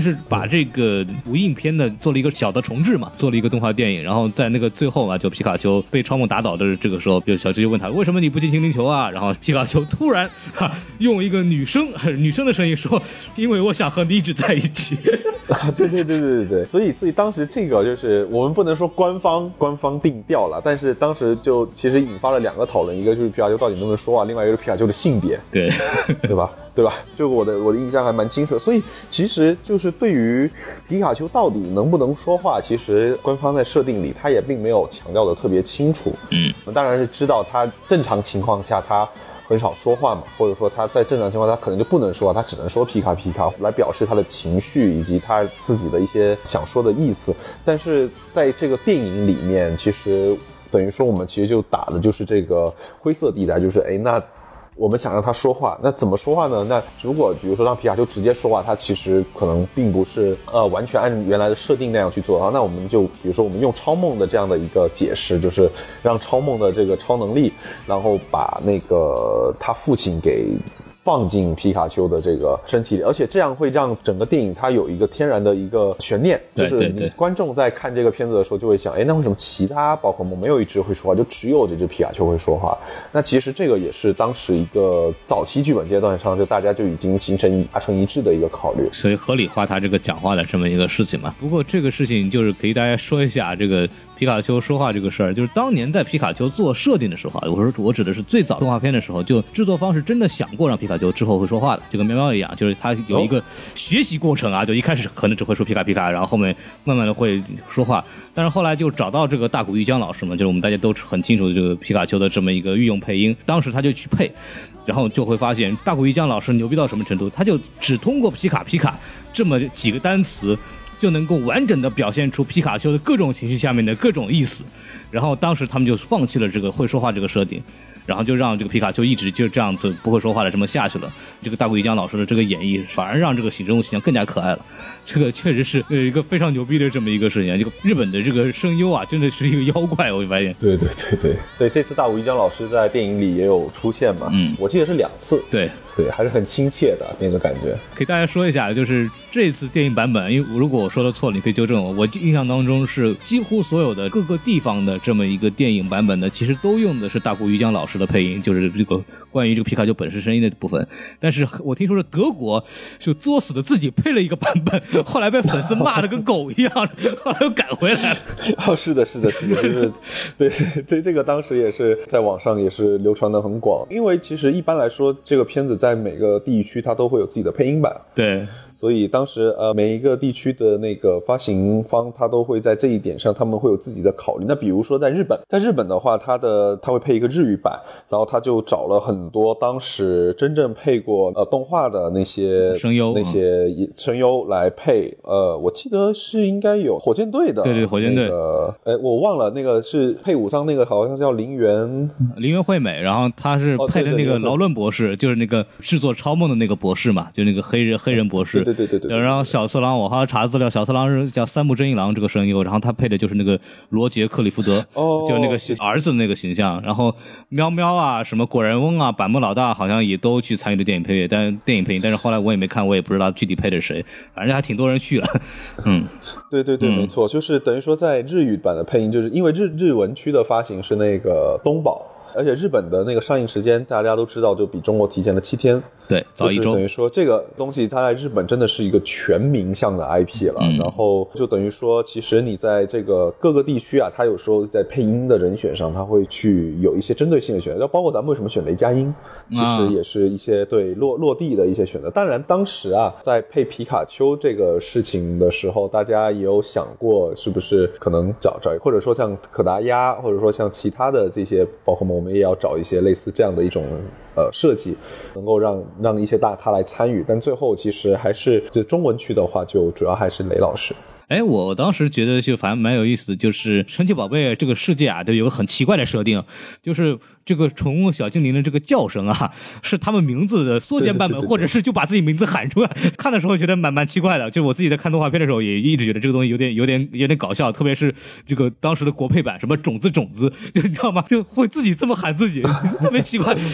C: 于是把这个无印片呢做了一个小的重置嘛，做了一个动画电影。然后在那个最后啊，就皮卡丘被超梦打倒的这个时候，就小智就问他为什么你不进精灵球啊？然后皮卡丘突然用一个女生的声音说，因为我想和你一直在一起。
B: 对，所以当时这个就是我们不能说官方定调了，但是当时就其实引发了2个讨论，一个就是皮卡丘到底能不能说话，另外一个是皮卡丘的性别，对吧？就我的印象还蛮清楚的。所以其实就是对于皮卡丘到底能不能说话，其实官方在设定里他也并没有强调的特别清楚。我们当然是知道他正常情况下他很少说话嘛，或者说他在正常情况下他可能就不能说话，他只能说皮卡来表示他的情绪以及他自己的一些想说的意思。但是在这个电影里面，其实等于说我们其实就打的就是这个灰色地带，就是那我们想让他说话，那怎么说话呢？那如果比如说让皮卡丘直接说话，他其实可能并不是完全按原来的设定那样去做的话，那我们就比如说我们用超梦的这样的一个解释，就是让超梦的这个超能力，然后把那个他父亲给放进皮卡丘的这个身体里，而且这样会让整个电影它有一个天然的一个悬念，就是你观众在看这个片子的时候就会想，那为什么其他宝可梦没有一只会说话，就只有这只皮卡丘会说话？那其实这个也是当时一个早期剧本阶段上就大家就已经达成一致的一个考虑，
C: 所以合理化他这个讲话的这么一个事情嘛。不过这个事情就是可以大家说一下这个皮卡丘说话这个事儿，就是当年在皮卡丘做设定的时候啊，我指的是最早动画片的时候，就制作方是真的想过让皮卡丘之后会说话的，就跟喵喵一样，就是他有一个学习过程啊，就一开始可能只会说皮卡皮卡，然后后面慢慢的会说话，但是后来就找到这个大谷玉江老师嘛，就是我们大家都很清楚的这个皮卡丘的这么一个御用配音，当时他就去配，然后就会发现大谷玉江老师牛逼到什么程度，他就只通过皮卡这么几个单词就能够完整的表现出皮卡丘的各种情绪下面的各种意思，然后当时他们就放弃了这个会说话这个设定，然后就让这个皮卡丘一直就这样子不会说话的这么下去了。这个大谷一江老师的这个演绎反而让这个人物形象更加可爱了，这个确实是一个非常牛逼的这么一个事情。这个日本的这个声优啊，真的是一个妖怪，我发现。
B: 对，这次大谷一江老师在电影里也有出现嘛，我记得是2次。对，还是很亲切的那个感觉。
C: 给大家说一下，就是这次电影版本，因为如果我说的错了，你可以纠正我。我印象当中是几乎所有的各个地方的这么一个电影版本呢，其实都用的是大谷一江老师的配音，就是这个关于这个皮卡丘本身声音的部分。但是我听说是德国就作死的自己配了一个版本，后来被粉丝骂得跟狗一样，后来又改回来了。
B: 是的，就是对，这个当时也是在网上也是流传的很广，因为其实一般来说这个片子在每个地区它都会有自己的配音版。
C: 对。
B: 所以当时每一个地区的那个发行方他都会在这一点上他们会有自己的考虑。那比如说在日本的话，他会配一个日语版，然后他就找了很多当时真正配过动画的那些声优来配。我记得是应该有火箭队的，
C: 对，火箭队。
B: 我忘了那个是配武藏那个好像叫林原
C: 惠美，然后他是配的那个劳伦博士，就是那个制作超梦的那个博士嘛，就那个黑人博士。
B: 对。
C: 然后小次郎，我好像查资料，小次郎是叫三木真一郎这个声优，然后他配的就是那个罗杰克里福德，就是那个儿子的那个形象。然后喵喵啊，什么果仁翁啊，板木老大好像也都去参与了电影配乐，但是后来我也没看，我也不知道具体配的谁，反正还挺多人去了。
B: 对，没错，就是等于说在日语版的配音，就是因为日文区的发行是那个东宝。而且日本的那个上映时间大家都知道就比中国提前了7天，
C: 对，早1周，
B: 就是等于说这个东西它在日本真的是一个全民向的 IP 了。然后就等于说其实你在这个各个地区啊，它有时候在配音的人选上它会去有一些针对性的选择，包括咱们为什么选雷佳音，其实也是一些对落地的一些选择。当然当时啊在配皮卡丘这个事情的时候，大家也有想过是不是可能找或者说像可达鸭，或者说像其他的这些宝可梦，我们也要找一些类似这样的一种设计，能够让一些大咖来参与。但最后其实还是就中文区的话，就主要还是雷老师。
C: 我当时觉得就反正蛮有意思的，就是神奇宝贝这个世界啊，都有个很奇怪的设定，就是这个宠物小精灵的这个叫声啊，是他们名字的缩减版本，或者是就把自己名字喊出来。看的时候觉得蛮奇怪的，就我自己在看动画片的时候也一直觉得这个东西有点搞笑，特别是这个当时的国配版什么种子，就你知道吗？就会自己这么喊自己，特别奇怪。然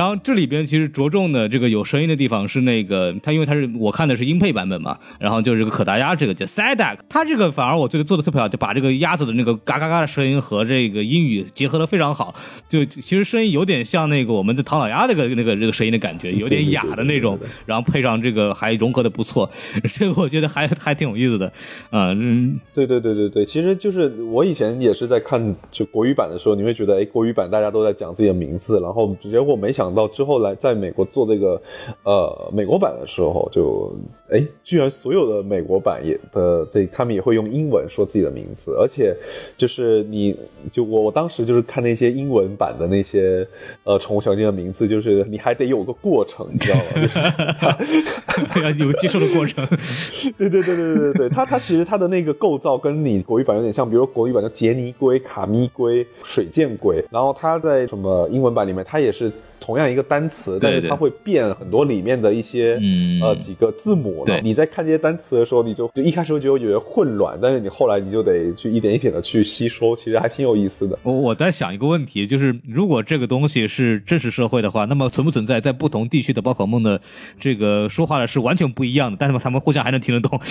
C: 然后这里边其实着重的这个有声音的地方是那个它，因为它是我看的是英配版本嘛，然后就是这个可达鸭这个叫 Sadak， 它这个反而我觉得做的特别好，就把这个鸭子的那个嘎嘎嘎的声音和这个英语结合的非常好，就其实声音有点像那个我们的唐老鸭这个声音的感觉，有点哑的那种，然后配上这个还融合的不错，这个我觉得还挺有意思的啊。
B: 对，其实就是我以前也是在看就国语版的时候，你会觉得国语版大家都在讲自己的名字，然后结果没想到之后来在美国做这个美国版的时候，就居然所有的美国版他们也会用英文说自己的名字，而且就是我当时就是看那些英文版的那些宠物小精灵的名字，就是你还得有个过程，你知道吗？
C: 要有接受的过程。
B: 对，它其实它的那个构造跟你国语版有点像，比如说国语版叫杰尼龟、卡咪龟、水箭龟，然后它在什么英文版里面，它也是同样一个单词，但是它会变很多里面的一些几个字母。你在看这些单词的时候，你就一开始会觉得混乱，但是你后来你就得去一点一点的去吸收，其实还挺有意思的。
C: 我在想一个问题，就是如果这个东西是真实社会的话，那么存不存在在不同地区的宝可梦的这个说话的是完全不一样的，但是他们互相还能听得懂？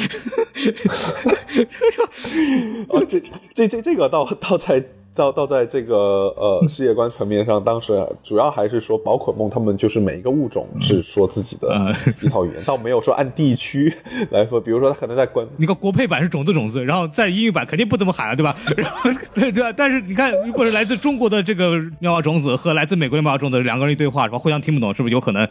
B: 这个倒在这个世界观层面上，当时主要还是说宝可梦他们就是每一个物种是说自己的一套语言，倒没有说按地区来说，比如说他可能在
C: 你看国配版是种子，然后在英语版肯定不怎么喊了，对吧？然后对吧？但是你看，如果是来自中国的这个妙蛙种子和来自美国的妙蛙种子两个人一对话，是吧？互相听不懂，是不是有可能？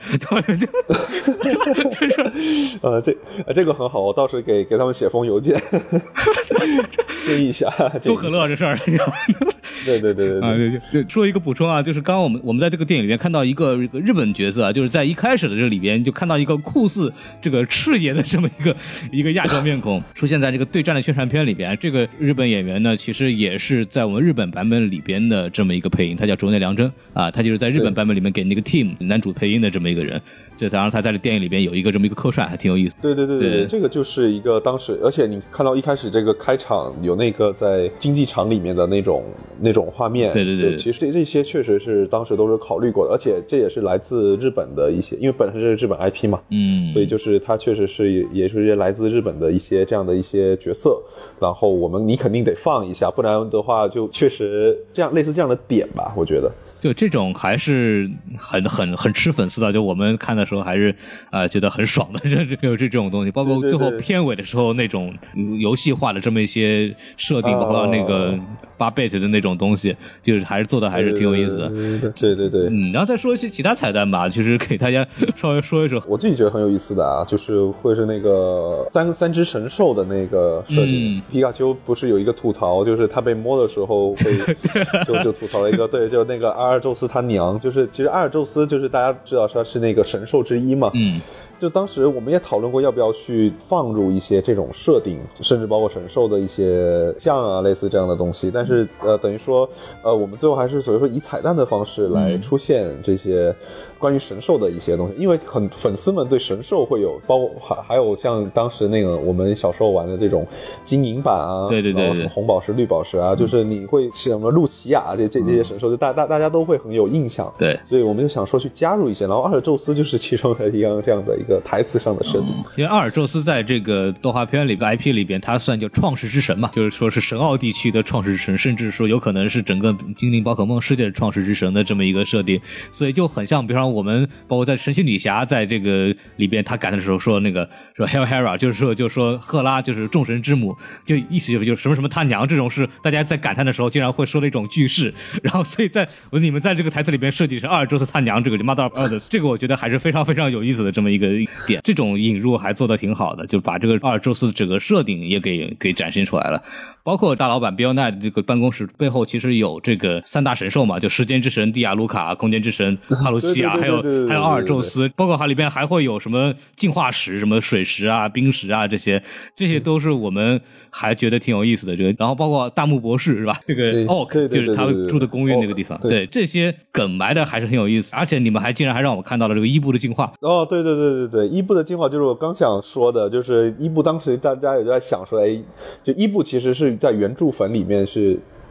B: 这个很好，我到时给他们写封邮件建议一下，
C: 多可乐这事儿。
B: 对
C: 啊，对，说一个补充啊，就是刚刚我们在这个电影里面看到一个日本角色啊，就是在一开始的这里边就看到一个酷似这个赤爷的这么一个亚洲面孔出现在这个对战的宣传片里边。这个日本演员呢，其实也是在我们日本版本里边的这么一个配音，他叫竹内良真啊，他就是在日本版本里面给那个 Team 男主配音的这么一个人。这才让他在电影里边有一个这么一个客串，还挺有意思。
B: 对，这个就是一个当时，而且你看到一开始这个开场有那个在竞技场里面的那种画面，
C: 对，
B: 其实这些确实是当时都是考虑过的，而且这也是来自日本的一些，因为本身是日本 IP 嘛，所以就是它确实是也是来自日本的一些这样的一些角色，然后你肯定得放一下，不然的话就确实这样类似这样的点吧，我觉得。
C: 就这种还是很吃粉丝的，就我们看的时候还是觉得很爽的，有这种东西，包括最后片尾的时候那种游戏化的这么一些设定，包括那个8bit 的那种东西，就是还是做的还是挺有意思的。
B: 对，
C: 然后再说一些其他彩蛋吧，就是给大家稍微说一说。
B: 我自己觉得很有意思的啊，就是会是那个三只神兽的那个设定。皮卡丘不是有一个吐槽，就是他被摸的时候会就吐槽了一个，对，就那个阿尔宙斯他娘，就是其实阿尔宙斯就是大家知道他是那个神兽之一嘛，就当时我们也讨论过要不要去放入一些这种设定，甚至包括神兽的一些像啊类似这样的东西，但是等于说我们最后还是所以说以彩蛋的方式来出现这些关于神兽的一些东西，因为粉丝们对神兽会有还有像当时那个我们小时候玩的这种金银版啊，
C: 对，
B: 然后什么红宝石绿宝石啊，就是你会什么露琪亚这些神兽，就大家都会很有印象，
C: 对，
B: 所以我们就想说去加入一些，然后阿尔宙斯就是其中的一样这样的一个台词上的设定。
C: 因为阿尔宙斯在这个动画片里 IP 里边，他算叫创世之神嘛，就是说是神奥地区的创世之神，甚至说有可能是整个精灵宝可梦世界的创世之神的这么一个设定，所以就很像，比方我们包括在神奇女侠在这个里边，他感叹的时候说那个说 Hail Hera， 就是说赫拉就是众神之母，就意思就是什么什么他娘这种是大家在感叹的时候经常会说的一种句式，然后所以你们在这个台词里边设计成阿尔宙斯他娘这个 Mother of Earth， 这个我觉得还是非常非常有意思的这么一个点，这种引入还做得挺好的，就把这个阿尔宙斯的整个设定也给展现出来了。包括大老板 Bill Nye 这个办公室背后其实有这个三大神兽嘛，就时间之神蒂亚卢卡、空间之神帕鲁西亚，还有阿尔宙斯，包括它里边还会有什么进化石、什么水石啊、冰石啊，这些都是我们还觉得挺有意思的。这个，然后包括大木博士是吧？这个 Oak 就是他住的公寓那个地方，对，这些梗埋的还是很有意思。而且你们竟然还让我看到了这个伊布的进化。
B: 哦，对，伊布的进化就是我刚想说的，就是伊布当时大家也在想说，就伊布其实是在原著粉里面是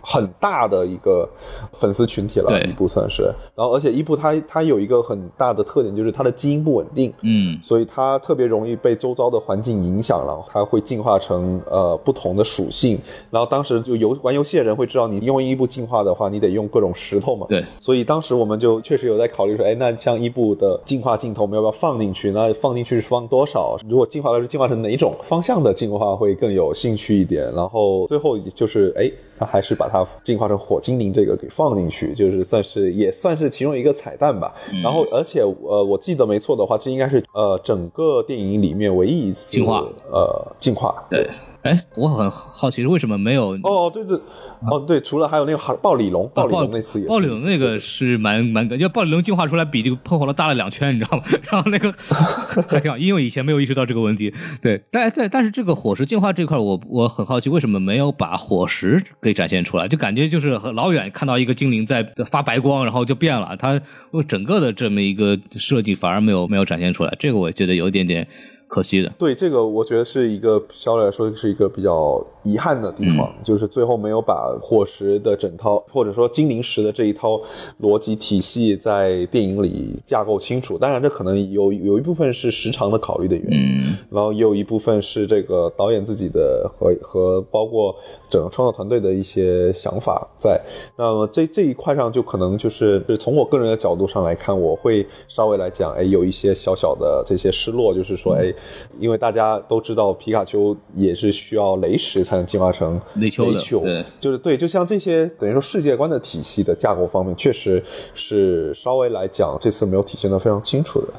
B: 很大的一个粉丝群体了，
C: 对
B: 伊布算是。然后而且伊布它有一个很大的特点，就是它的基因不稳定，所以它特别容易被周遭的环境影响，然后它会进化成不同的属性。然后当时就玩游戏的人会知道，你用伊布进化的话，你得用各种石头嘛。
C: 对，
B: 所以当时我们就确实有在考虑说，那像伊布的进化镜头，我们要不要放进去？那放进去是放多少？如果进化是进化成哪种方向的进化会更有兴趣一点？然后最后就是他还是把它进化成火精灵这个给放进去，就是也算是其中一个彩蛋吧。然后而且我记得没错的话，这应该是整个电影里面唯一一次进化。
C: 对。我很好奇是为什么没有
B: 对，除了还有那个暴鲤龙那次也是
C: 暴鲤龙那个是蛮因为暴鲤龙进化出来比这个喷火龙大了2圈，你知道吗？然后那个还挺好，因为以前没有意识到这个问题。对，但是这个火石进化这块我很好奇为什么没有把火石给展现出来，就感觉就是老远看到一个精灵在发白光然后就变了，它整个的这么一个设计反而没有展现出来，这个我觉得有一点点可惜的。
B: 对，这个我觉得是一个相对来说是一个比较遗憾的地方，就是最后没有把火石的整套或者说精灵石的这一套逻辑体系在电影里架构清楚。当然这可能有一部分是时长的考虑的原因，然后也有一部分是这个导演自己的和包括整个创作团队的一些想法在。那么这一块上就可能就是从我个人的角度上来看，我会稍微来讲有一些小小的这些失落，就是说因为大家都知道皮卡丘也是需要雷石才能进化成雷丘
C: 对，
B: 就是对，就像这些等于说世界观的体系的架构方面，确实是稍微来讲这次没有体现得非常清楚的。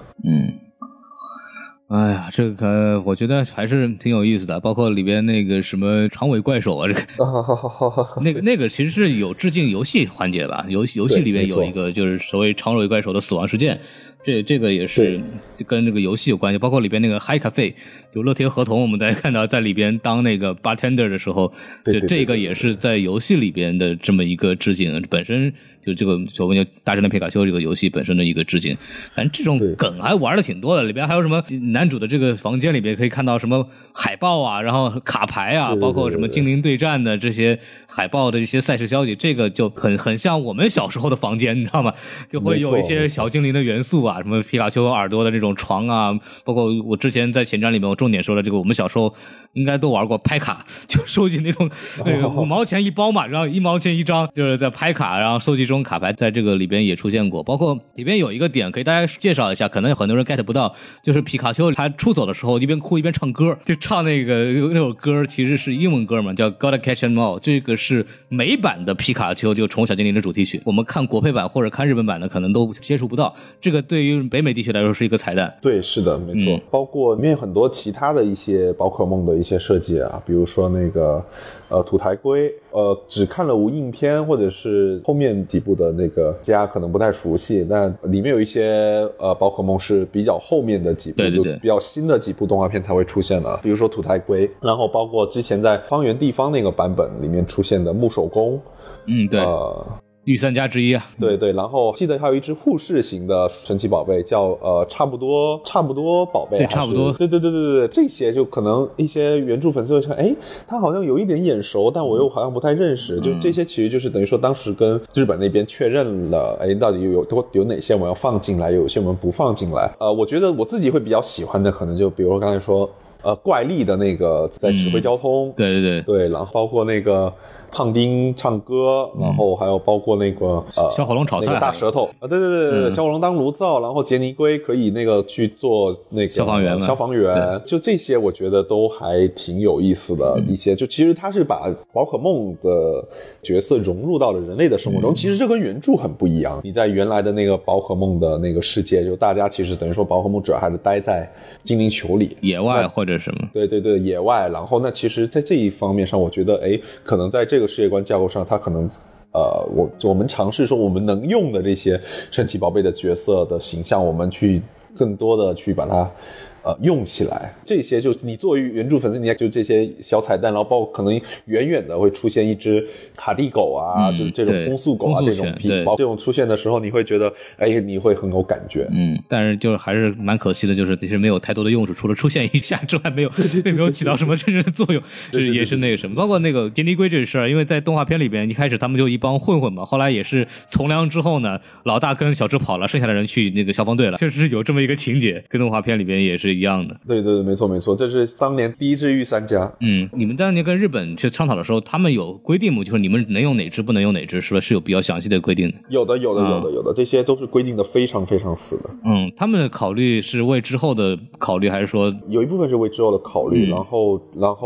C: 哎呀，这个我觉得还是挺有意思的，包括里边那个什么长尾怪手啊，这个那个其实是有致敬游戏环节吧，游戏里边有一个就是所谓长尾怪手的死亡事件。这个也是跟这个游戏有关系，包括里边那个 Hi Cafe 就乐天合同，我们大家看到在里边当那个 bartender 的时候，就这个也是在游戏里边的这么一个致敬，本身就这个所谓的大圣的皮卡丘这个游戏本身的一个致敬。反正这种梗还玩的挺多的，里边还有什么男主的这个房间里边可以看到什么海报啊，然后卡牌啊，包括什么精灵对战的这些海报的一些赛事消息，这个就很像我们小时候的房间，你知道吗？就会有一些小精灵的元素啊，什么皮卡丘耳朵的这种床啊，包括我之前在前瞻里面我重点说了，这个我们小时候应该都玩过拍卡，就收集那种5毛钱一包嘛，然后1毛钱一张，就是在拍卡，然后收集这种卡牌，在这个里边也出现过。包括里边有一个点可以大家介绍一下，可能很多人 get 不到，就是皮卡丘他出走的时候一边哭一边唱歌，就唱那首歌其实是英文歌嘛，叫 Gotta Catch 'em All， 这个是美版的皮卡丘就宠物小精灵的主题曲，我们看国配版或者看日本版的可能都接触不到，这个对于北美地区来说是一个彩蛋。
B: 对，是的，没错。包括里面很多其他的一些宝可梦的一些设计啊，比如说那个土台龟，只看了无印片或者是后面几部的那个家可能不太熟悉，但里面有一些宝可梦是比较后面的几部，就比较新的几部动画片才会出现的，比如说土台龟，然后包括之前在方圆地方那个版本里面出现的木手工，
C: 对。御三家之一啊，
B: 对，然后记得还有一只护士型的神奇宝贝叫差不多宝贝，
C: 对，差不多，
B: 对，这些就可能一些原著粉丝会看，他好像有一点眼熟，但我又好像不太认识，就这些其实就是等于说当时跟日本那边确认了，到底有哪些我们要放进来，有些我们不放进来。我觉得我自己会比较喜欢的，可能就比如说刚才说怪力的那个在指挥交通，对，然后包括那个胖丁唱歌，然后还有包括那个
C: 小火龙炒菜，
B: 那个大舌头对，小火龙当炉灶，然后杰尼龟可以那个去做那个消防员，就这些我觉得都还挺有意思的一些，就其实他是把宝可梦的角色融入到了人类的生活中，其实这跟原著很不一样。你在原来的那个宝可梦的那个世界，就大家其实等于说宝可梦主要还是待在精灵球里，
C: 野外或者什么，
B: 对，野外。然后那其实在这一方面上，我觉得可能在这个世界观架构上，它可能我们尝试说我们能用的这些神奇宝贝的角色的形象，我们去更多的去把它用起来。这些就你作为原著粉丝，你就这些小彩蛋，然后包括可能远远的会出现一只卡蒂狗啊，就是这种风速狗啊，这种皮包这种出现的时候，你会觉得你会很有感觉。
C: 但是就是还是蛮可惜的，就是其实没有太多的用处，除了出现一下之外，没有起到什么真正的作用。是也是那个什么，包括那个杰尼龟这事儿，因为在动画片里边一开始他们就一帮混混嘛，后来也是从良之后呢，老大跟小智跑了，剩下的人去那个消防队了，确实是有这么一个情节，跟动画片里边也是一样的。
B: 对，没错，这是当年第一支御三家。
C: 你们当年跟日本去商讨的时候，他们有规定吗？就是你们能用哪支不能用哪支，是不是有比较详细的规定的？
B: 有的，这些都是规定的非常非常死的。
C: 他们的考虑是为之后的考虑，还是说
B: 有一部分是为之后的考虑，然后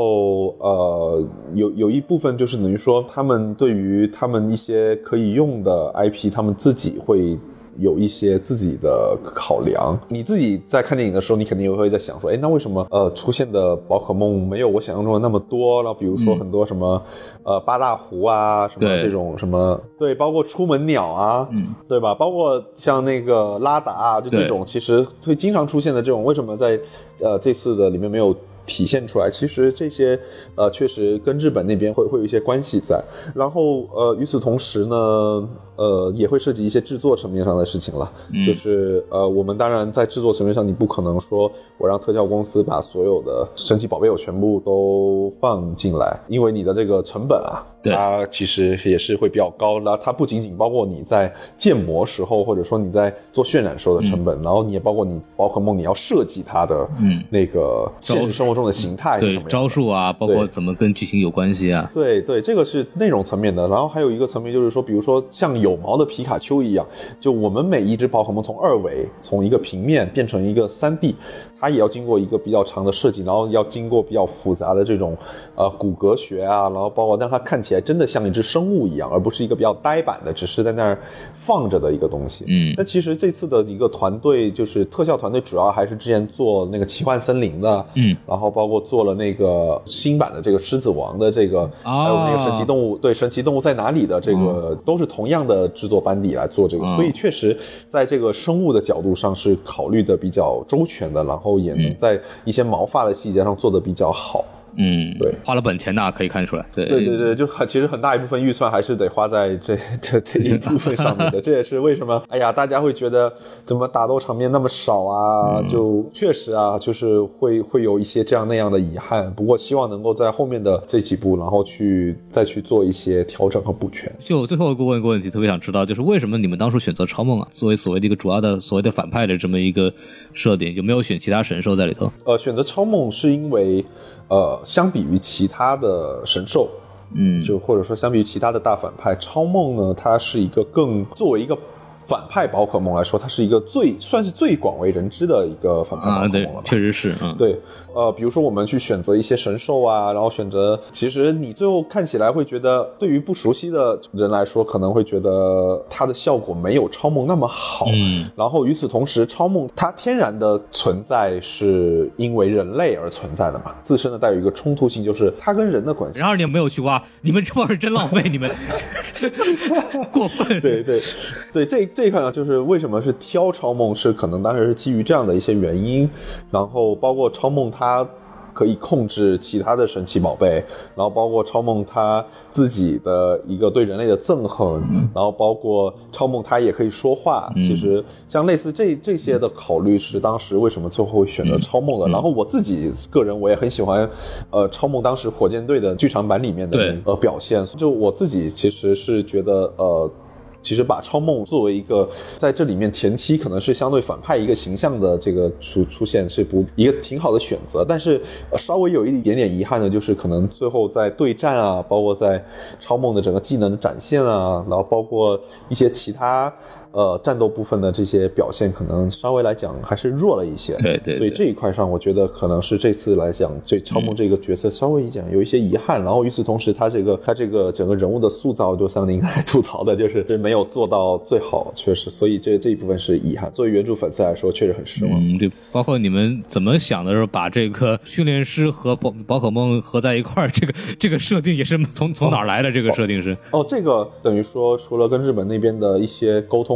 B: 有一部分就是等于说他们对于他们一些可以用的 IP， 他们自己会有一些自己的考量。你自己在看电影的时候，你肯定也会在想说，那为什么出现的宝可梦没有我想象中的那么多？然后比如说很多什么八大湖啊，什么这种什么对，包括出门鸟啊，对吧？包括像那个拉达啊，就这种其实会经常出现的这种，为什么在这次的里面没有体现出来？其实这些确实跟日本那边会有一些关系在。然后与此同时呢，也会涉及一些制作层面上的事情了。就是我们当然在制作层面上，你不可能说我让特效公司把所有的神奇宝贝我全部都放进来，因为你的这个成本啊，它其实也是会比较高。然后它不仅仅包括你在建模时候，或者说你在做渲染时候的成本，然后你也包括你宝可梦你要设计它的那个现实生活中的形态是什么样的，
C: 招数啊，包括怎么跟剧情有关系啊。
B: 对，这个是内容层面的。然后还有一个层面就是说，比如说像有毛的皮卡丘一样，就我们每一只宝可梦从2维从一个平面变成一个 3D， 它也要经过一个比较长的设计，然后要经过比较复杂的这种骨骼学啊，然后包括让它看起来真的像一只生物一样，而不是一个比较呆板的只是在那儿放着的一个东西。那其实这次的一个团队就是特效团队，主要还是之前做那个奇幻森林的，然后包括做了那个新版的这个狮子王的这个，还有那个神奇动物，对，神奇动物在哪里的这个都是同样的制作班底来做这个，所以确实在这个生物的角度上是考虑的比较周全的，然后也能在一些毛发的细节上做得比较好。对，
C: 花了本钱的可以看出来。
B: 对，就其实很大一部分预算还是得花在这一部分上面的。这也是为什么大家会觉得怎么打斗场面那么少啊，就确实啊，就是会有一些这样那样的遗憾。不过希望能够在后面的这几部，然后再去做一些调整和补全。
C: 就最后问一个问题，特别想知道，就是为什么你们当初选择超梦啊，作为所谓的一个主要的所谓的反派的这么一个设定，就没有选其他神兽在里头？
B: 选择超梦是因为相比于其他的神兽，就或者说相比于其他的大反派，超梦呢，它是一个作为一个反派宝可梦来说，它是一个算是最广为人知的一个反派宝可梦了吧？
C: 对，确实是。
B: 对，比如说我们去选择一些神兽啊，然后选择，其实你最后看起来会觉得，对于不熟悉的人来说，可能会觉得它的效果没有超梦那么好。然后与此同时，超梦它天然的存在是因为人类而存在的嘛，自身的带有一个冲突性，就是它跟人的关系。
C: 然而你们没有去挖，你们这帮人真浪费，你们过分。
B: 对，这一块呢，就是为什么是挑超梦，是可能当时是基于这样的一些原因，然后包括超梦它可以控制其他的神奇宝贝，然后包括超梦它自己的一个对人类的憎恨，然后包括超梦它也可以说话。其实像类似这些的考虑是当时为什么最后会选择超梦的。然后我自己个人我也很喜欢超梦当时火箭队的剧场版里面的表现，就我自己其实是觉得其实把超梦作为一个在这里面前期可能是相对反派一个形象的这个出现是一个挺好的选择，但是稍微有一点点遗憾的就是可能最后在对战啊，包括在超梦的整个技能的展现啊，然后包括一些其他战斗部分的这些表现可能稍微来讲还是弱了一些。
C: 对，
B: 所以这一块上我觉得可能是这次来讲这超梦这个角色稍微一讲有一些遗憾。然后与此同时他这个整个人物的塑造，就像您来吐槽的，就是没有做到最好，确实，所以这一部分是遗憾。作为原著粉丝来说确实很失望。
C: 对，包括你们怎么想的时候把这个训练师和宝可梦合在一块儿，这个设定也是从哪儿来的？这个设定是
B: 这个等于说除了跟日本那边的一些沟通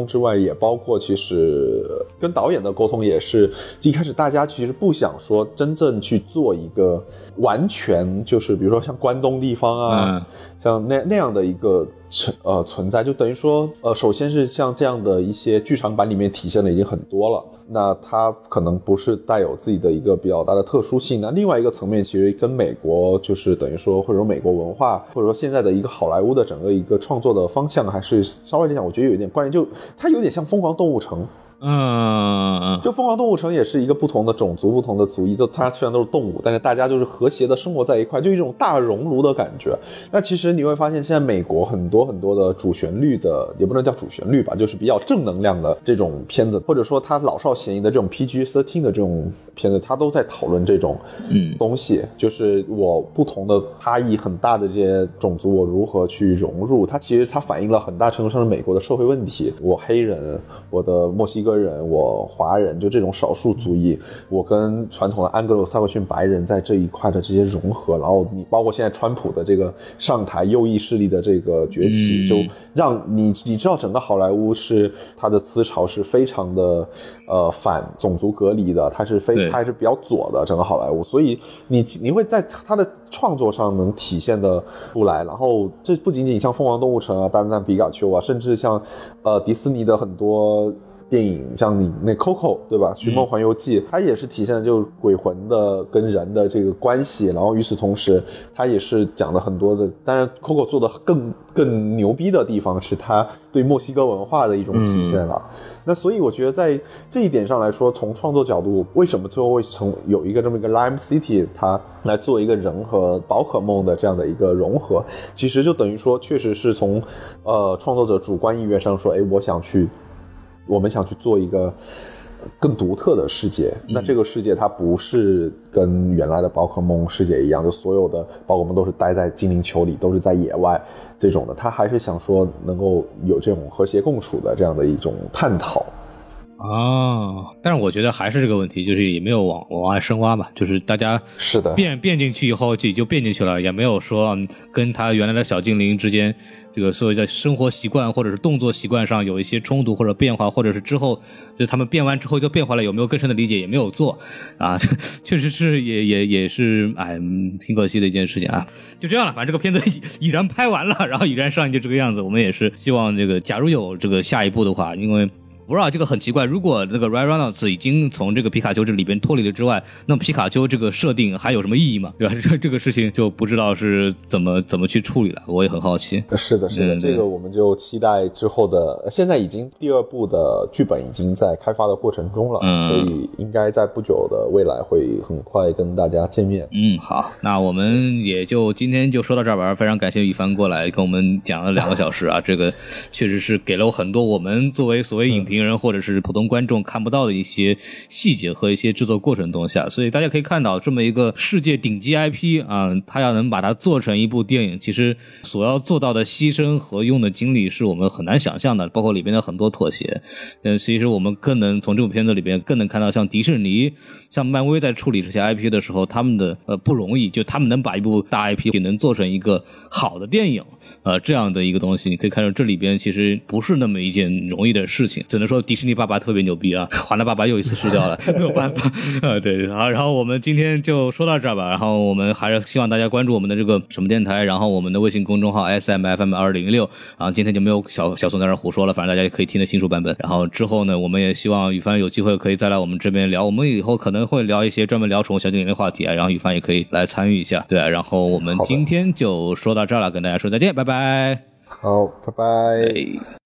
B: 通之外，也包括其实跟导演的沟通，也是一开始大家其实不想说真正去做一个完全就是比如说像关东地方啊，像那样的一个存在，就等于说首先是像这样的一些剧场版里面体现的已经很多了，那它可能不是带有自己的一个比较大的特殊性。那另外一个层面其实跟美国就是等于说或者说美国文化或者说现在的一个好莱坞的整个一个创作的方向还是稍微来讲我觉得有点关联，就它有点像疯狂动物城。就疯狂动物城也是一个不同的种族不同的族裔，就它虽然都是动物，但是大家就是和谐的生活在一块，就一种大熔炉的感觉。那其实你会发现现在美国很多很多的主旋律的，也不能叫主旋律吧，就是比较正能量的这种片子，或者说它老少咸宜的这种 PG-13 的这种片子，它都在讨论这种东西，就是我不同的差异很大的这些种族我如何去融入。它其实它反映了很大程度上是美国的社会问题，我黑人，我的墨西哥人，我华人，就这种少数族裔，我跟传统的安格鲁萨克逊白人在这一块的这些融合，然后你包括现在川普的这个上台右翼势力的这个崛起，就让你知道整个好莱坞是它的思潮是非常的反种族隔离的，它是比较左的整个好莱坞，所以你会在它的创作上能体现的出来。然后这不仅仅像疯狂动物城啊、大战皮卡丘啊，甚至像迪士尼的很多电影，像你那 Coco 对吧，寻梦环游记，它也是体现的就是鬼魂的跟人的这个关系，然后与此同时它也是讲了很多的，当然 Coco 做的更牛逼的地方是它对墨西哥文化的一种体现了。那所以我觉得在这一点上来说，从创作角度，为什么最后会有一个这么一个 Lime City 它来做一个人和宝可梦的这样的一个融合，其实就等于说确实是从创作者主观意愿上说，我们想去做一个更独特的世界。那这个世界它不是跟原来的宝可梦世界一样，就所有的宝可梦都是待在精灵球里，都是在野外这种的，他还是想说能够有这种和谐共处的这样的一种探讨。
C: 但是我觉得还是这个问题，就是也没有往外深挖吧，就是大家
B: 是的
C: 变进去以后就变进去了，也没有说跟他原来的小精灵之间这个所谓的生活习惯或者是动作习惯上有一些冲突或者变化，或者是之后就他们变完之后就变回来，有没有更深的理解也没有做啊，确实是也是挺可惜的一件事情啊。就这样了，反正这个片子已然拍完了，然后已然上映就这个样子，我们也是希望这个假如有这个下一步的话，因为不知道这个很奇怪，如果那个 Ryan Reynolds 已经从这个皮卡丘这里边脱离了之外，那么皮卡丘这个设定还有什么意义吗？对吧？这个事情就不知道是怎么去处理了，我也很好奇。
B: 是的，这个我们就期待之后的，现在已经第二部的剧本已经在开发的过程中了，所以应该在不久的未来会很快跟大家见面。
C: 好，那我们也就今天就说到这儿吧，非常感谢宇凡过来跟我们讲了2个小时啊，这个确实是给了我很多我们作为所谓影评人或者是普通观众看不到的一些细节和一些制作过程的东西啊，所以大家可以看到这么一个世界顶级 IP 啊，他要能把它做成一部电影，其实所要做到的牺牲和用的精力是我们很难想象的，包括里边的很多妥协。其实我们更能从这部片子里边更能看到像迪士尼像漫威在处理这些 IP 的时候他们的不容易，就他们能把一部大 IP 也能做成一个好的电影这样的一个东西，你可以看到这里边其实不是那么一件容易的事情，只能说迪士尼爸爸特别牛逼啊，华纳爸爸又一次失掉了没有办法对，好，然后我们今天就说到这儿吧，然后我们还是希望大家关注我们的这个什么电台，然后我们的微信公众号 SMFM206， 然后今天就没有小宋在这胡说了，反正大家也可以听得清楚版本。然后之后呢，我们也希望宇凡有机会可以再来我们这边聊，我们以后可能会聊一些专门聊宠物小精灵的话题啊，然后宇凡也可以来参与一下。对，然后我们今天就说到这儿了，跟大家说再见，拜拜。
B: 好，拜拜。